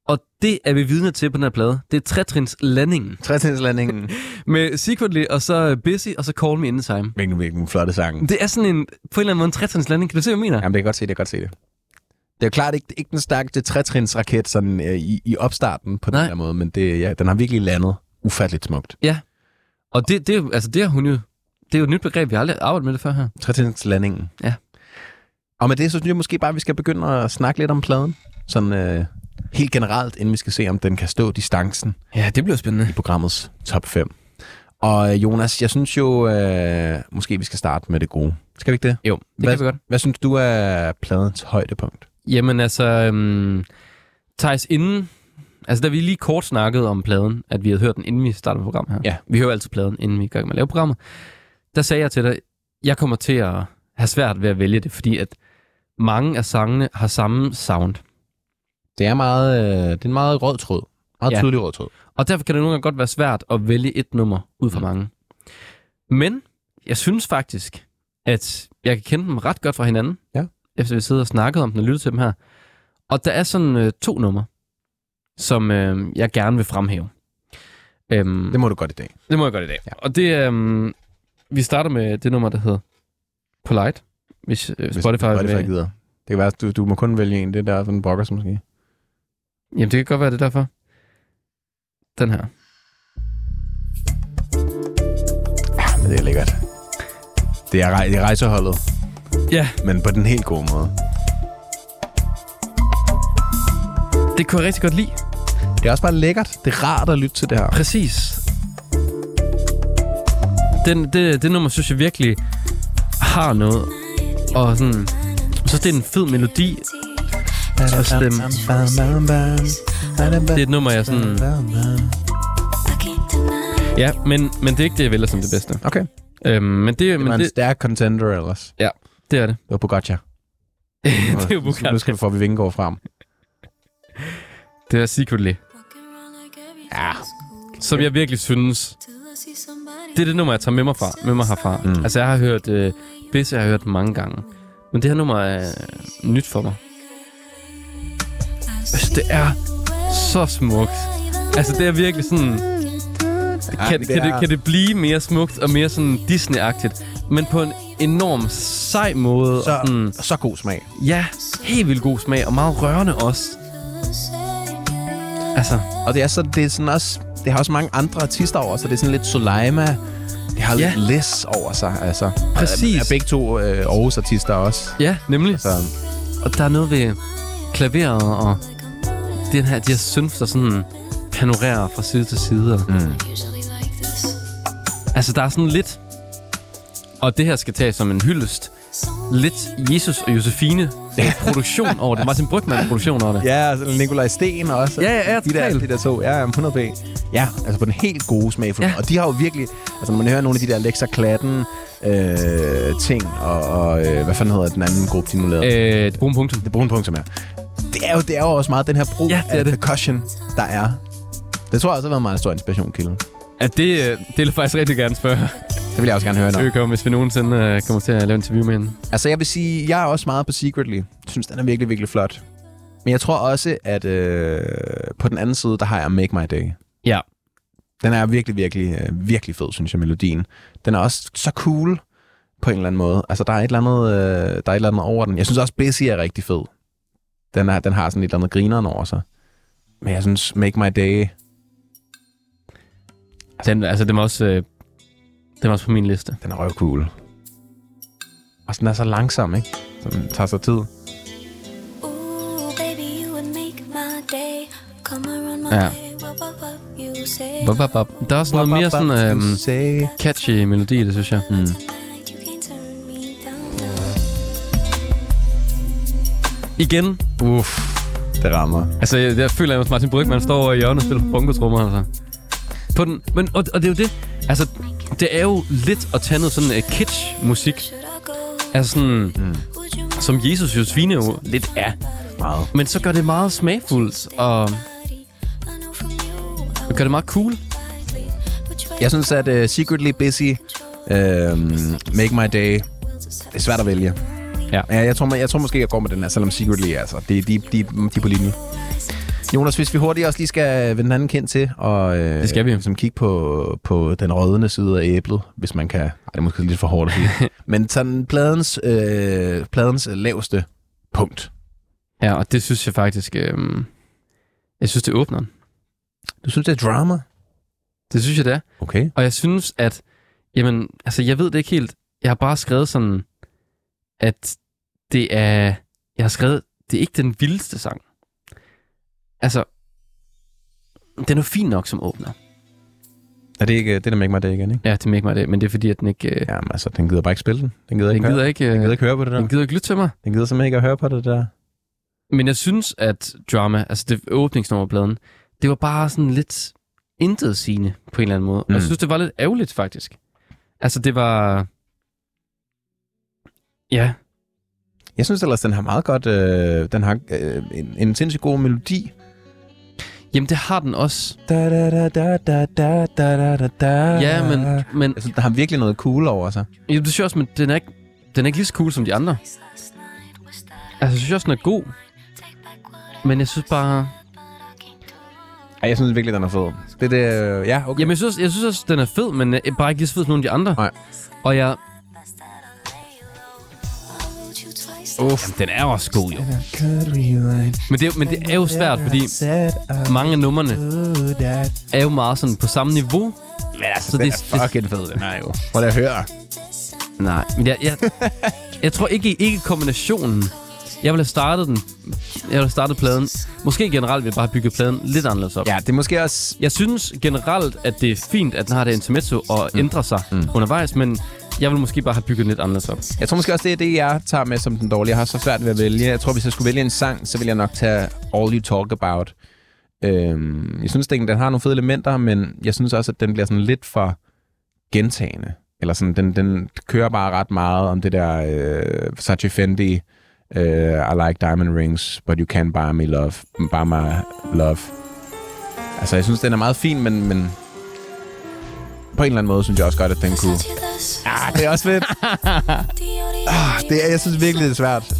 Og det er vi vidne til på den her plade. Det er trætrinslandingen. Trætrinslandingen. Med Secretly, og så Busy, og så Call Me Anytime. Hvilken flotte sang. Det er sådan en, på en eller anden måde, en trætrinslanding. Kan du se, hvad jeg mener? Jamen, det kan godt se det. Det er jo klart ikke den stærkeste trætrinsraket sådan, i opstarten på den her måde, men den har virkelig landet ufatteligt smukt. Ja, og det er hun jo... Det er jo et nyt begreb, vi har aldrig arbejdet med det før her. Trætrinslandingen. Ja. Og med det, så synes jeg måske bare, vi skal begynde at snakke lidt om pladen. Sådan helt generelt, inden vi skal se, om den kan stå distancen. Ja, det bliver spændende. I programmets top 5. Og Jonas, jeg synes jo, måske vi skal starte med det gode. Skal vi ikke det? Jo, det kan vi godt. Hvad synes du er pladens højdepunkt? Jamen altså, Thijs, inden... Altså, da vi lige kort snakkede om pladen, at vi havde hørt den, inden vi startede programmet her. Ja. Vi hører altid pladen, inden vi går med at lave programmet. Der sagde jeg til dig, jeg kommer til at have svært ved at vælge det, fordi at mange af sangene har samme sound. Det er en meget rød tråd. Meget tydelig rød tråd. Og derfor kan det nogle gange godt være svært at vælge et nummer ud fra mange. Men jeg synes faktisk, at jeg kan kende dem ret godt fra hinanden, efter vi sidder og snakkede om den og lyttede til dem her. Og der er sådan 2 numre, som jeg gerne vil fremhæve. Det må du godt i dag. Det må jeg godt i dag. Ja. Og det er... vi starter med det nummer, der hedder Polite. Hvis Spotify gider. Det kan være, at du må kun vælge en. Det der er sådan en brokkers måske. Jamen, det kan godt være, det derfor. Den her. Ja, men det er lækkert. Det er rejseholdet. Ja. Men på den helt gode måde. Det kunne jeg rigtig godt lide. Det er også bare lækkert. Det er rart at lytte til det her. Præcis. Det nummer, synes jeg virkelig har noget. Og sådan... Så det er en fed melodi. Det er et nummer, jeg sådan... Ja, men det er ikke det, jeg vælger som det bedste. Okay. Men det var en stærk contender ellers. Ja, det er det. Det var Bugatti. Det er jo Bugatti. Nu skal vi få Vingegaard frem. Det er Secretly. Ja. Som jeg virkelig synes... Det er det nummer, jeg tager med mig herfra. Altså, jeg har hørt Busy, jeg har hørt mange gange. Men det her nummer er nyt for mig. Altså, det er så smukt. Altså, det er virkelig sådan... Kan det blive mere smukt og mere sådan Disney-agtigt, men på en enorm sej måde. Så god smag. Ja, helt vildt god smag, og meget rørende også. Altså. Og det er sådan også... Det har også mange andre artister over, så det er sådan lidt Soleima. Det har lidt Liz over sig, altså. Præcis. Er begge 2 Aarhus-artister også. Ja, nemlig. Altså. Og der er noget ved klaveret og de her synth, der sådan panorerer fra side til side. Altså, der er sådan lidt... Og det her skal tages som en hyldest. Lidt Jesus og Josefine produktion over det. Martin Brygmann produktion over det. Ja, altså Nikolaj Sten også. Ja, de der 2. Ja, 100p. Ja, altså på den helt gode smag. Ja. Og de har jo virkelig... Altså, når man hører nogle af de der Alexa Klatten ting, og hvad fanden hedder den anden gruppe, de nu lavede? Det brune punktum. Det brune punktum, ja. Det er jo også meget den her brug af percussion, der er. Det tror jeg også har været meget stor inspirationskilde. Ja, det vil jeg faktisk rigtig gerne spørge. Det vil jeg også gerne høre hvis vi nogensinde kommer til at lave en interview med hende. Altså, jeg vil sige, jeg er også meget på Secretly. Jeg synes, den er virkelig, virkelig flot. Men jeg tror også, at på den anden side, der har jeg Make My Day. Ja. Den er virkelig, virkelig, virkelig fed, synes jeg, melodien. Den er også så cool på en eller anden måde. Altså, der er et eller andet over den. Jeg synes også, Busy er rigtig fed. Den har sådan et eller andet grineren over sig. Men jeg synes, Make My Day... Den var også på min liste. Den er røvcool. Og den er så langsom, ikke? Så den tager sig tid. Ja. Der er også noget mere sådan catchy melodi, det synes jeg. Igen. Det rammer. Altså, jeg føler, at Martin Brygmann står over i hjørnet og spiller på bongotrummer, altså. Og det er jo det. Altså, det er jo lidt at tage noget sådan kitsch-musik. Altså sådan... Som Jesus Josefine jo lidt er. Meget. Men så gør det meget smagfuldt, og... gør det meget cool. Jeg synes, at Secretly Busy, Make My Day, det er svært at vælge. Ja. Jeg tror måske, jeg går med den her, selvom Secretly, altså, de er på linje. Jonas, hvis vi hurtigt også lige skal vende den anden kendt til, og det skal vi. Som kigge på den rødende side af æblet, hvis man kan. Ej, det er måske lidt for hårdt at sige. Men sådan pladens laveste punkt. Ja, og det synes jeg faktisk... jeg synes, det åbner. Du synes, det er drama? Det synes jeg, det er. Okay. Og jeg synes, at... Jamen, altså, jeg ved det ikke helt. Jeg har bare skrevet sådan, at det er... Jeg har skrevet, det er ikke den vildeste sang. Altså, den er fint nok som åbner. Er det ikke det, der Make My Day igen, ikke? Ja, det Make My Day, men det er fordi, at den ikke... Jamen altså, den gider bare ikke spille den. Den gider ikke høre på det der. Den gider ikke lytte til mig. Den gider simpelthen ikke at høre på det der. Men jeg synes, at drama, altså det åbningsnummerpladen, det var bare sådan lidt intetsigende på en eller anden måde. Og jeg synes, det var lidt ærgerligt, faktisk. Altså, det var... Ja. Jeg synes ellers, den har meget godt... den har en sindssygt god melodi. Jamen, det har den også. Ja, Ja, men altså, der har virkelig noget cool over sig. Jeg synes også, men den er ikke lige så cool som de andre. Altså, jeg synes også, den er god. Men jeg synes bare... Ej, jeg synes virkelig, den er fed. Ja, okay. Jamen, jeg synes også, den er fed, men bare ikke lige så fed som nogle af de andre. Nej. Og jeg... Jamen, den er også god, jo. Men det er jo svært, fordi mange af numrene er jo meget sådan på samme niveau. Men altså, så den er fucking fed, den er jo. Prøv at høre. Nej, men jeg tror ikke kombinationen. Jeg ville have startet pladen. Måske generelt vil jeg bare have bygget pladen lidt anderledes op. Ja, det er måske også... Jeg synes generelt, at det er fint, at den har det intermezzo og ændrer sig undervejs, men jeg vil måske bare have bygget den lidt anderledes op. Jeg tror måske også, det er det, jeg tager med som den dårlige. Jeg har så svært ved at vælge. Jeg tror, hvis jeg skulle vælge en sang, så ville jeg nok tage All You Talk About. Jeg synes, den har nogle fede elementer, men jeg synes også, at den bliver sådan lidt for gentagende. Eller sådan, den kører bare ret meget om det der Versace Fendi, I like diamond rings, but you can't buy me love. Buy my love. Altså, jeg synes, den er meget fin, men på en eller anden måde synes jeg også godt, at den kunne... det er også fedt. Jeg synes virkelig, det er svært.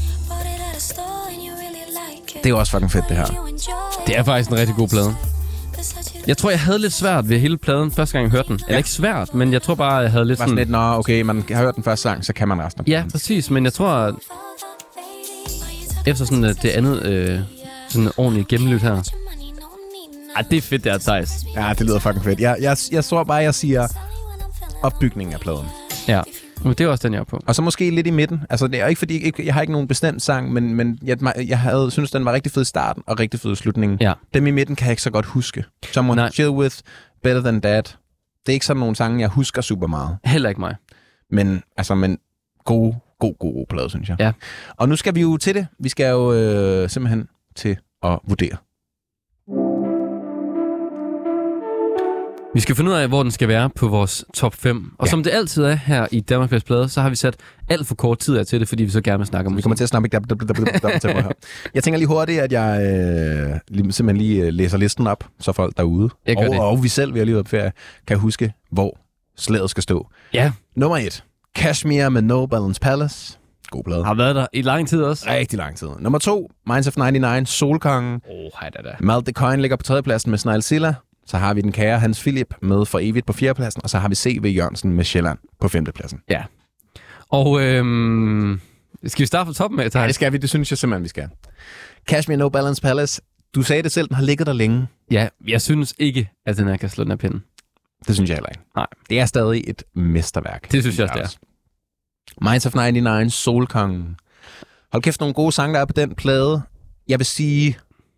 Det er jo også fucking fedt, det her. Det er faktisk en rigtig god plade. Jeg tror, jeg havde lidt svært ved hele pladen, første gang jeg hørte den. Eller ikke svært, men jeg tror bare, jeg havde lidt sådan... lidt, okay, man har hørt den første sang, så kan man resten. Ja, præcis, men jeg tror, at efter sådan det andet sådan ordentligt gennemlyt her... det er fedt, det er Theis. Ja, det lyder fucking fedt. Jeg tror bare, jeg siger opbygningen af pladen. Ja, men det er også den, jeg er på. Og så måske lidt i midten. Altså, det er ikke fordi, jeg har ikke nogen bestemt sang, men jeg synes, den var rigtig fed i starten og rigtig fed i slutningen. Ja. Dem i midten kan jeg ikke så godt huske. Someone Chill With, Better Than That. Det er ikke sådan nogle sange, jeg husker super meget. Heller ikke mig. Men god plade, synes jeg. Ja. Og nu skal vi jo til det. Vi skal jo simpelthen til at vurdere. Vi skal finde ud af, hvor den skal være på vores top 5. Og som det altid er her i Danmarks Bedste Plade, så har vi sat alt for kort tid af til det, fordi vi så gerne vil snakke om musik. Vi kommer til at snakke her. Jeg tænker lige hurtigt, at jeg simpelthen lige læser listen op, så folk derude, og vi selv, vi har lige været på ferie, kan huske, hvor slaget skal stå. Ja. Nummer 1. Kashmir med No Balance Palace. God plade. Har været der i lang tid også. Rigtig lang tid. Nummer 2. Minds of 99, Solkongen. Melt the Coin ligger på 3. pladsen med Snail Silla. Så har vi den kære Hans Philip med For Evigt på 4. pladsen, og så har vi C.V. Jørgensen med Sjælland på 5. pladsen. Ja. Og skal vi starte fra toppen af? Ja, det skal vi. Det synes jeg simpelthen, vi skal. Kashmir No Balance Palace. Du sagde det selv, den har ligget der længe. Ja, jeg synes ikke, at den her kan slå den af pinden. Det synes jeg heller ikke. Nej. Det er stadig et mesterværk. Det synes jeg også, det er. Minds of 99, Solkongen. Hold kæft, nogle gode sange, der er på den plade. Jeg vil sige...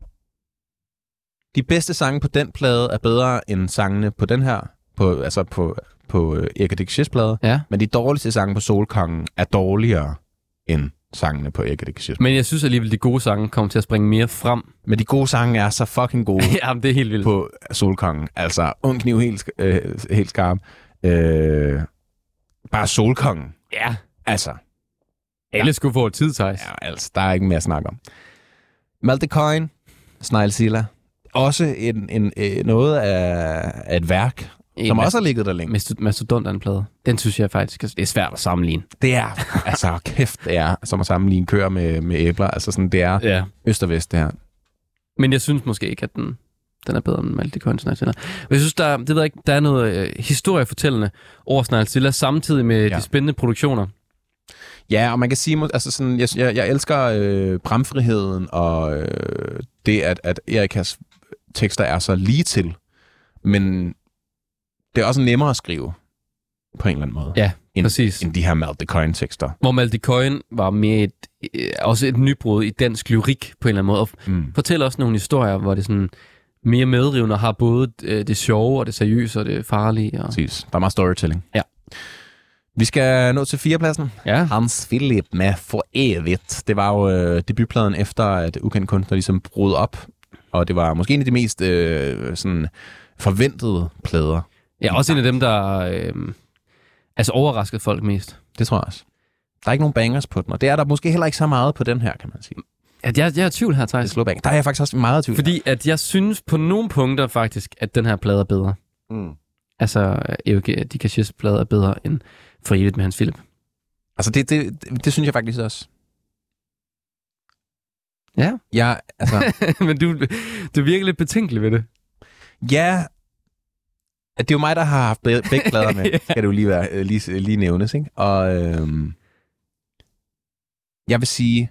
De bedste sange på den plade er bedre end sangene på den her, på Erika Dickies plade. Ja. Men de dårligste sange på Solkongen er dårligere end sangene på Erika Dickies. Men jeg synes alligevel, de gode sange kommer til at springe mere frem. Men de gode sange er så fucking gode. Jamen, det er helt vildt. På Solkongen. Altså, Ung Kniv helt skarp. Bare Solkongen. Ja. Altså. Alle skulle få tid, Theis. Ja, altså, der er ikke mere at snakke om. Melt the Coin, Snail Silla. Også noget af et værk, som også har ligget der længe. Mastodont er en plade. Den synes jeg faktisk, det er svært at sammenligne. Det er, altså kæft, det er som at sammenligne køer med æbler. Altså sådan, det er øst og vest, det her. Men jeg synes måske ikke, at den er bedre end Malte Coyne Snegzilla. Jeg synes, der er noget historiefortællende over Snegzilla, samtidig med de spændende produktioner. Ja, og man kan sige, altså sådan, jeg elsker bramfriheden, og det, at Erikas tekster er så lige til, men det er også nemmere at skrive på en eller anden måde. Ja, præcis. End de her Malte Coyne-tekster. Hvor Malte Coyne var mere også et nybrud i dansk lyrik på en eller anden måde, og fortæller også nogle historier, hvor det sådan mere medrivende har både det sjove og det seriøse og det farlige. Og... Præcis. Der er meget storytelling. Ja. Vi skal nå til 4. pladsen. Ja. Hans Philip med For Evigt. Det var jo debutpladen efter, at Ukendt Kunstner ligesom brød op. Og det var måske en af de mest sådan forventede plader. Ja, også en af dem, der overraskede folk mest. Det tror jeg også. Der er ikke nogen bangers på den, og det er der måske heller ikke så meget på den her, kan man sige. Jeg er i tvivl her, Thijs. Der er jeg faktisk også meget i tvivl. Fordi at jeg synes på nogle punkter faktisk, at den her plade er bedre. Altså, Erik Dickaches plade er bedre end For Evigt med Hans Philip. Altså, det synes jeg faktisk også. Ja. Ja, altså... Men du er virkelig lidt betænkelig ved det. Ja, det er jo mig, der har haft begge plader med. Skal det jo lige nævnes, ikke? Og jeg vil sige...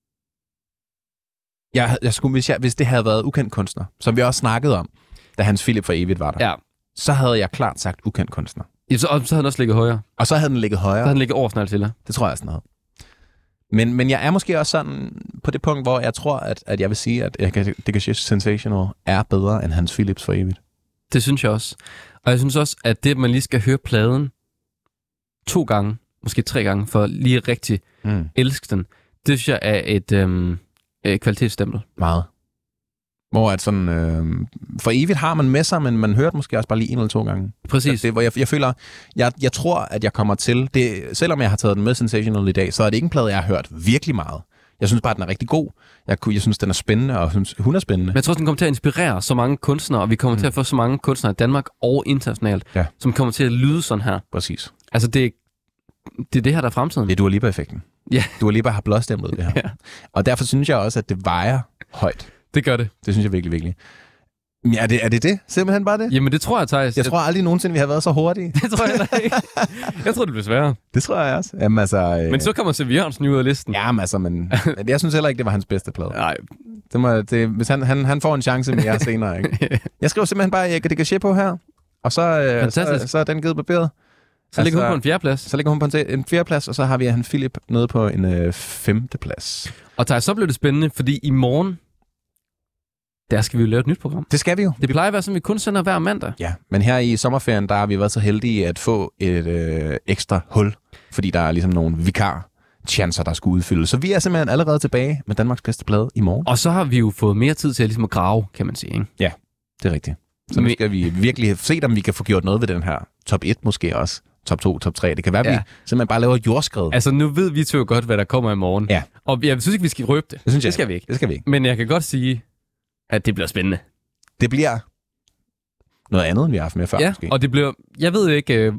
Hvis det havde været Ukendt Kunstner, som vi også snakkede om, da Hans Philip For Evigt var der, så havde jeg klart sagt Ukendt Kunstner. Ja, så havde den også ligget højere. Og så havde den ligget højere. Så havde den ligget over Snegzilla. Det tror jeg sådan noget. Men jeg er måske også sådan på det punkt, hvor jeg tror, at jeg vil sige, at Dickaches Sensational er bedre end Hans Philips For Evigt. Det synes jeg også. Og jeg synes også, at det, at man lige skal høre pladen 2 gange, måske 3 gange, for lige rigtig elske den, det synes jeg er et kvalitetsstempel. Meget. Hvor at sådan, For Evigt har man med sig, men man hørte måske også bare lige 1 eller 2 gange. Præcis. Det, hvor jeg føler, jeg tror, at jeg kommer til, det, selvom jeg har taget den med Sensational i dag, så er det ikke en plade, jeg har hørt virkelig meget. Jeg synes bare, at den er rigtig god. Jeg synes, den er spændende, og synes, hun er spændende. Men jeg tror, den kommer til at inspirere så mange kunstnere, og vi kommer til at få så mange kunstnere i Danmark og internationalt, som kommer til at lyde sådan her. Præcis. Altså, det er det her, der er fremtiden. Det er Dua Lipa-effekten. Ja. Dua Lipa har blåstemplet det her. Ja. Og derfor synes jeg også, at det vejer højt. Det gør det. Det synes jeg virkelig, virkelig. Men er det? Simpelthen bare det? Jamen, det tror jeg, Thijs. Jeg tror aldrig nogensinde, vi har været så hurtige. Det tror jeg ikke. Jeg tror, det bliver sværere. Det tror jeg også. Jamen, altså, men så kommer Sevi Jørgensen ud af listen. Jamen, altså, men jeg synes heller ikke, det var hans bedste plade. Nej. Hvis han får en chance mere senere, ikke? Jeg skriver simpelthen bare Erik Dickache på her, og så er den givet barberet. Så ligger hun på en 4. plads. Så ligger hun på en 4. plads, og så har vi Hans Philip nede på en 5. plads. Og Thijs, så blev det spændende, fordi i morgen, der skal vi jo lave et nyt program. Det skal vi jo. Det plejer at være sådan, vi kun sender hver mandag. Ja, men her i sommerferien, der har vi været så heldige at få et ekstra hul, fordi der er ligesom nogle vikar-chancer, der skal udfyldes. Så vi er simpelthen allerede tilbage med Danmarks bedste plade i morgen. Og så har vi jo fået mere tid til at, ligesom at grave, kan man sige, ikke? Ja, det er rigtigt. Så nu skal vi virkelig se, om vi kan få gjort noget ved den her top 1 måske også. Top 2, top 3. Det kan være, at vi simpelthen bare laver jordskred. Altså, nu ved vi to godt, hvad der kommer i morgen. Ja. Og jeg synes ikke, vi skal røbe det. Det skal vi ikke. Det skal vi ikke. Men jeg kan godt sige, at det bliver spændende. Det bliver noget andet, end vi har haft med før, måske. Og det bliver... Jeg ved ikke...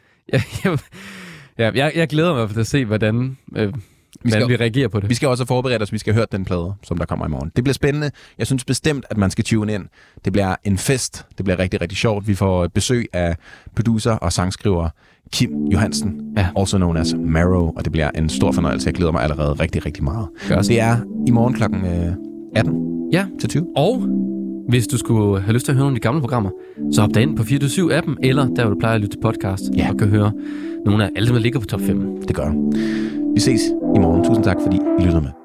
Jeg glæder mig til at se, hvordan vi reagerer på det. Vi skal også forberede os, vi skal høre den plade, som der kommer i morgen. Det bliver spændende. Jeg synes bestemt, at man skal tune ind. Det bliver en fest. Det bliver rigtig, rigtig sjovt. Vi får besøg af producer og sangskriver Kim Johansen, also known as Marrow, og det bliver en stor fornøjelse. Jeg glæder mig allerede rigtig, rigtig meget. Det er i morgen kl. 18 til 20. Og hvis du skulle have lyst til at høre nogle af de gamle programmer, så hop dig ind på 24/7-appen, eller der, hvor du plejer at lytte til podcast, og kan høre nogle af alle dem, der ligger på top 5. Det gør du. Vi ses i morgen. Tusind tak, fordi I lyttede med.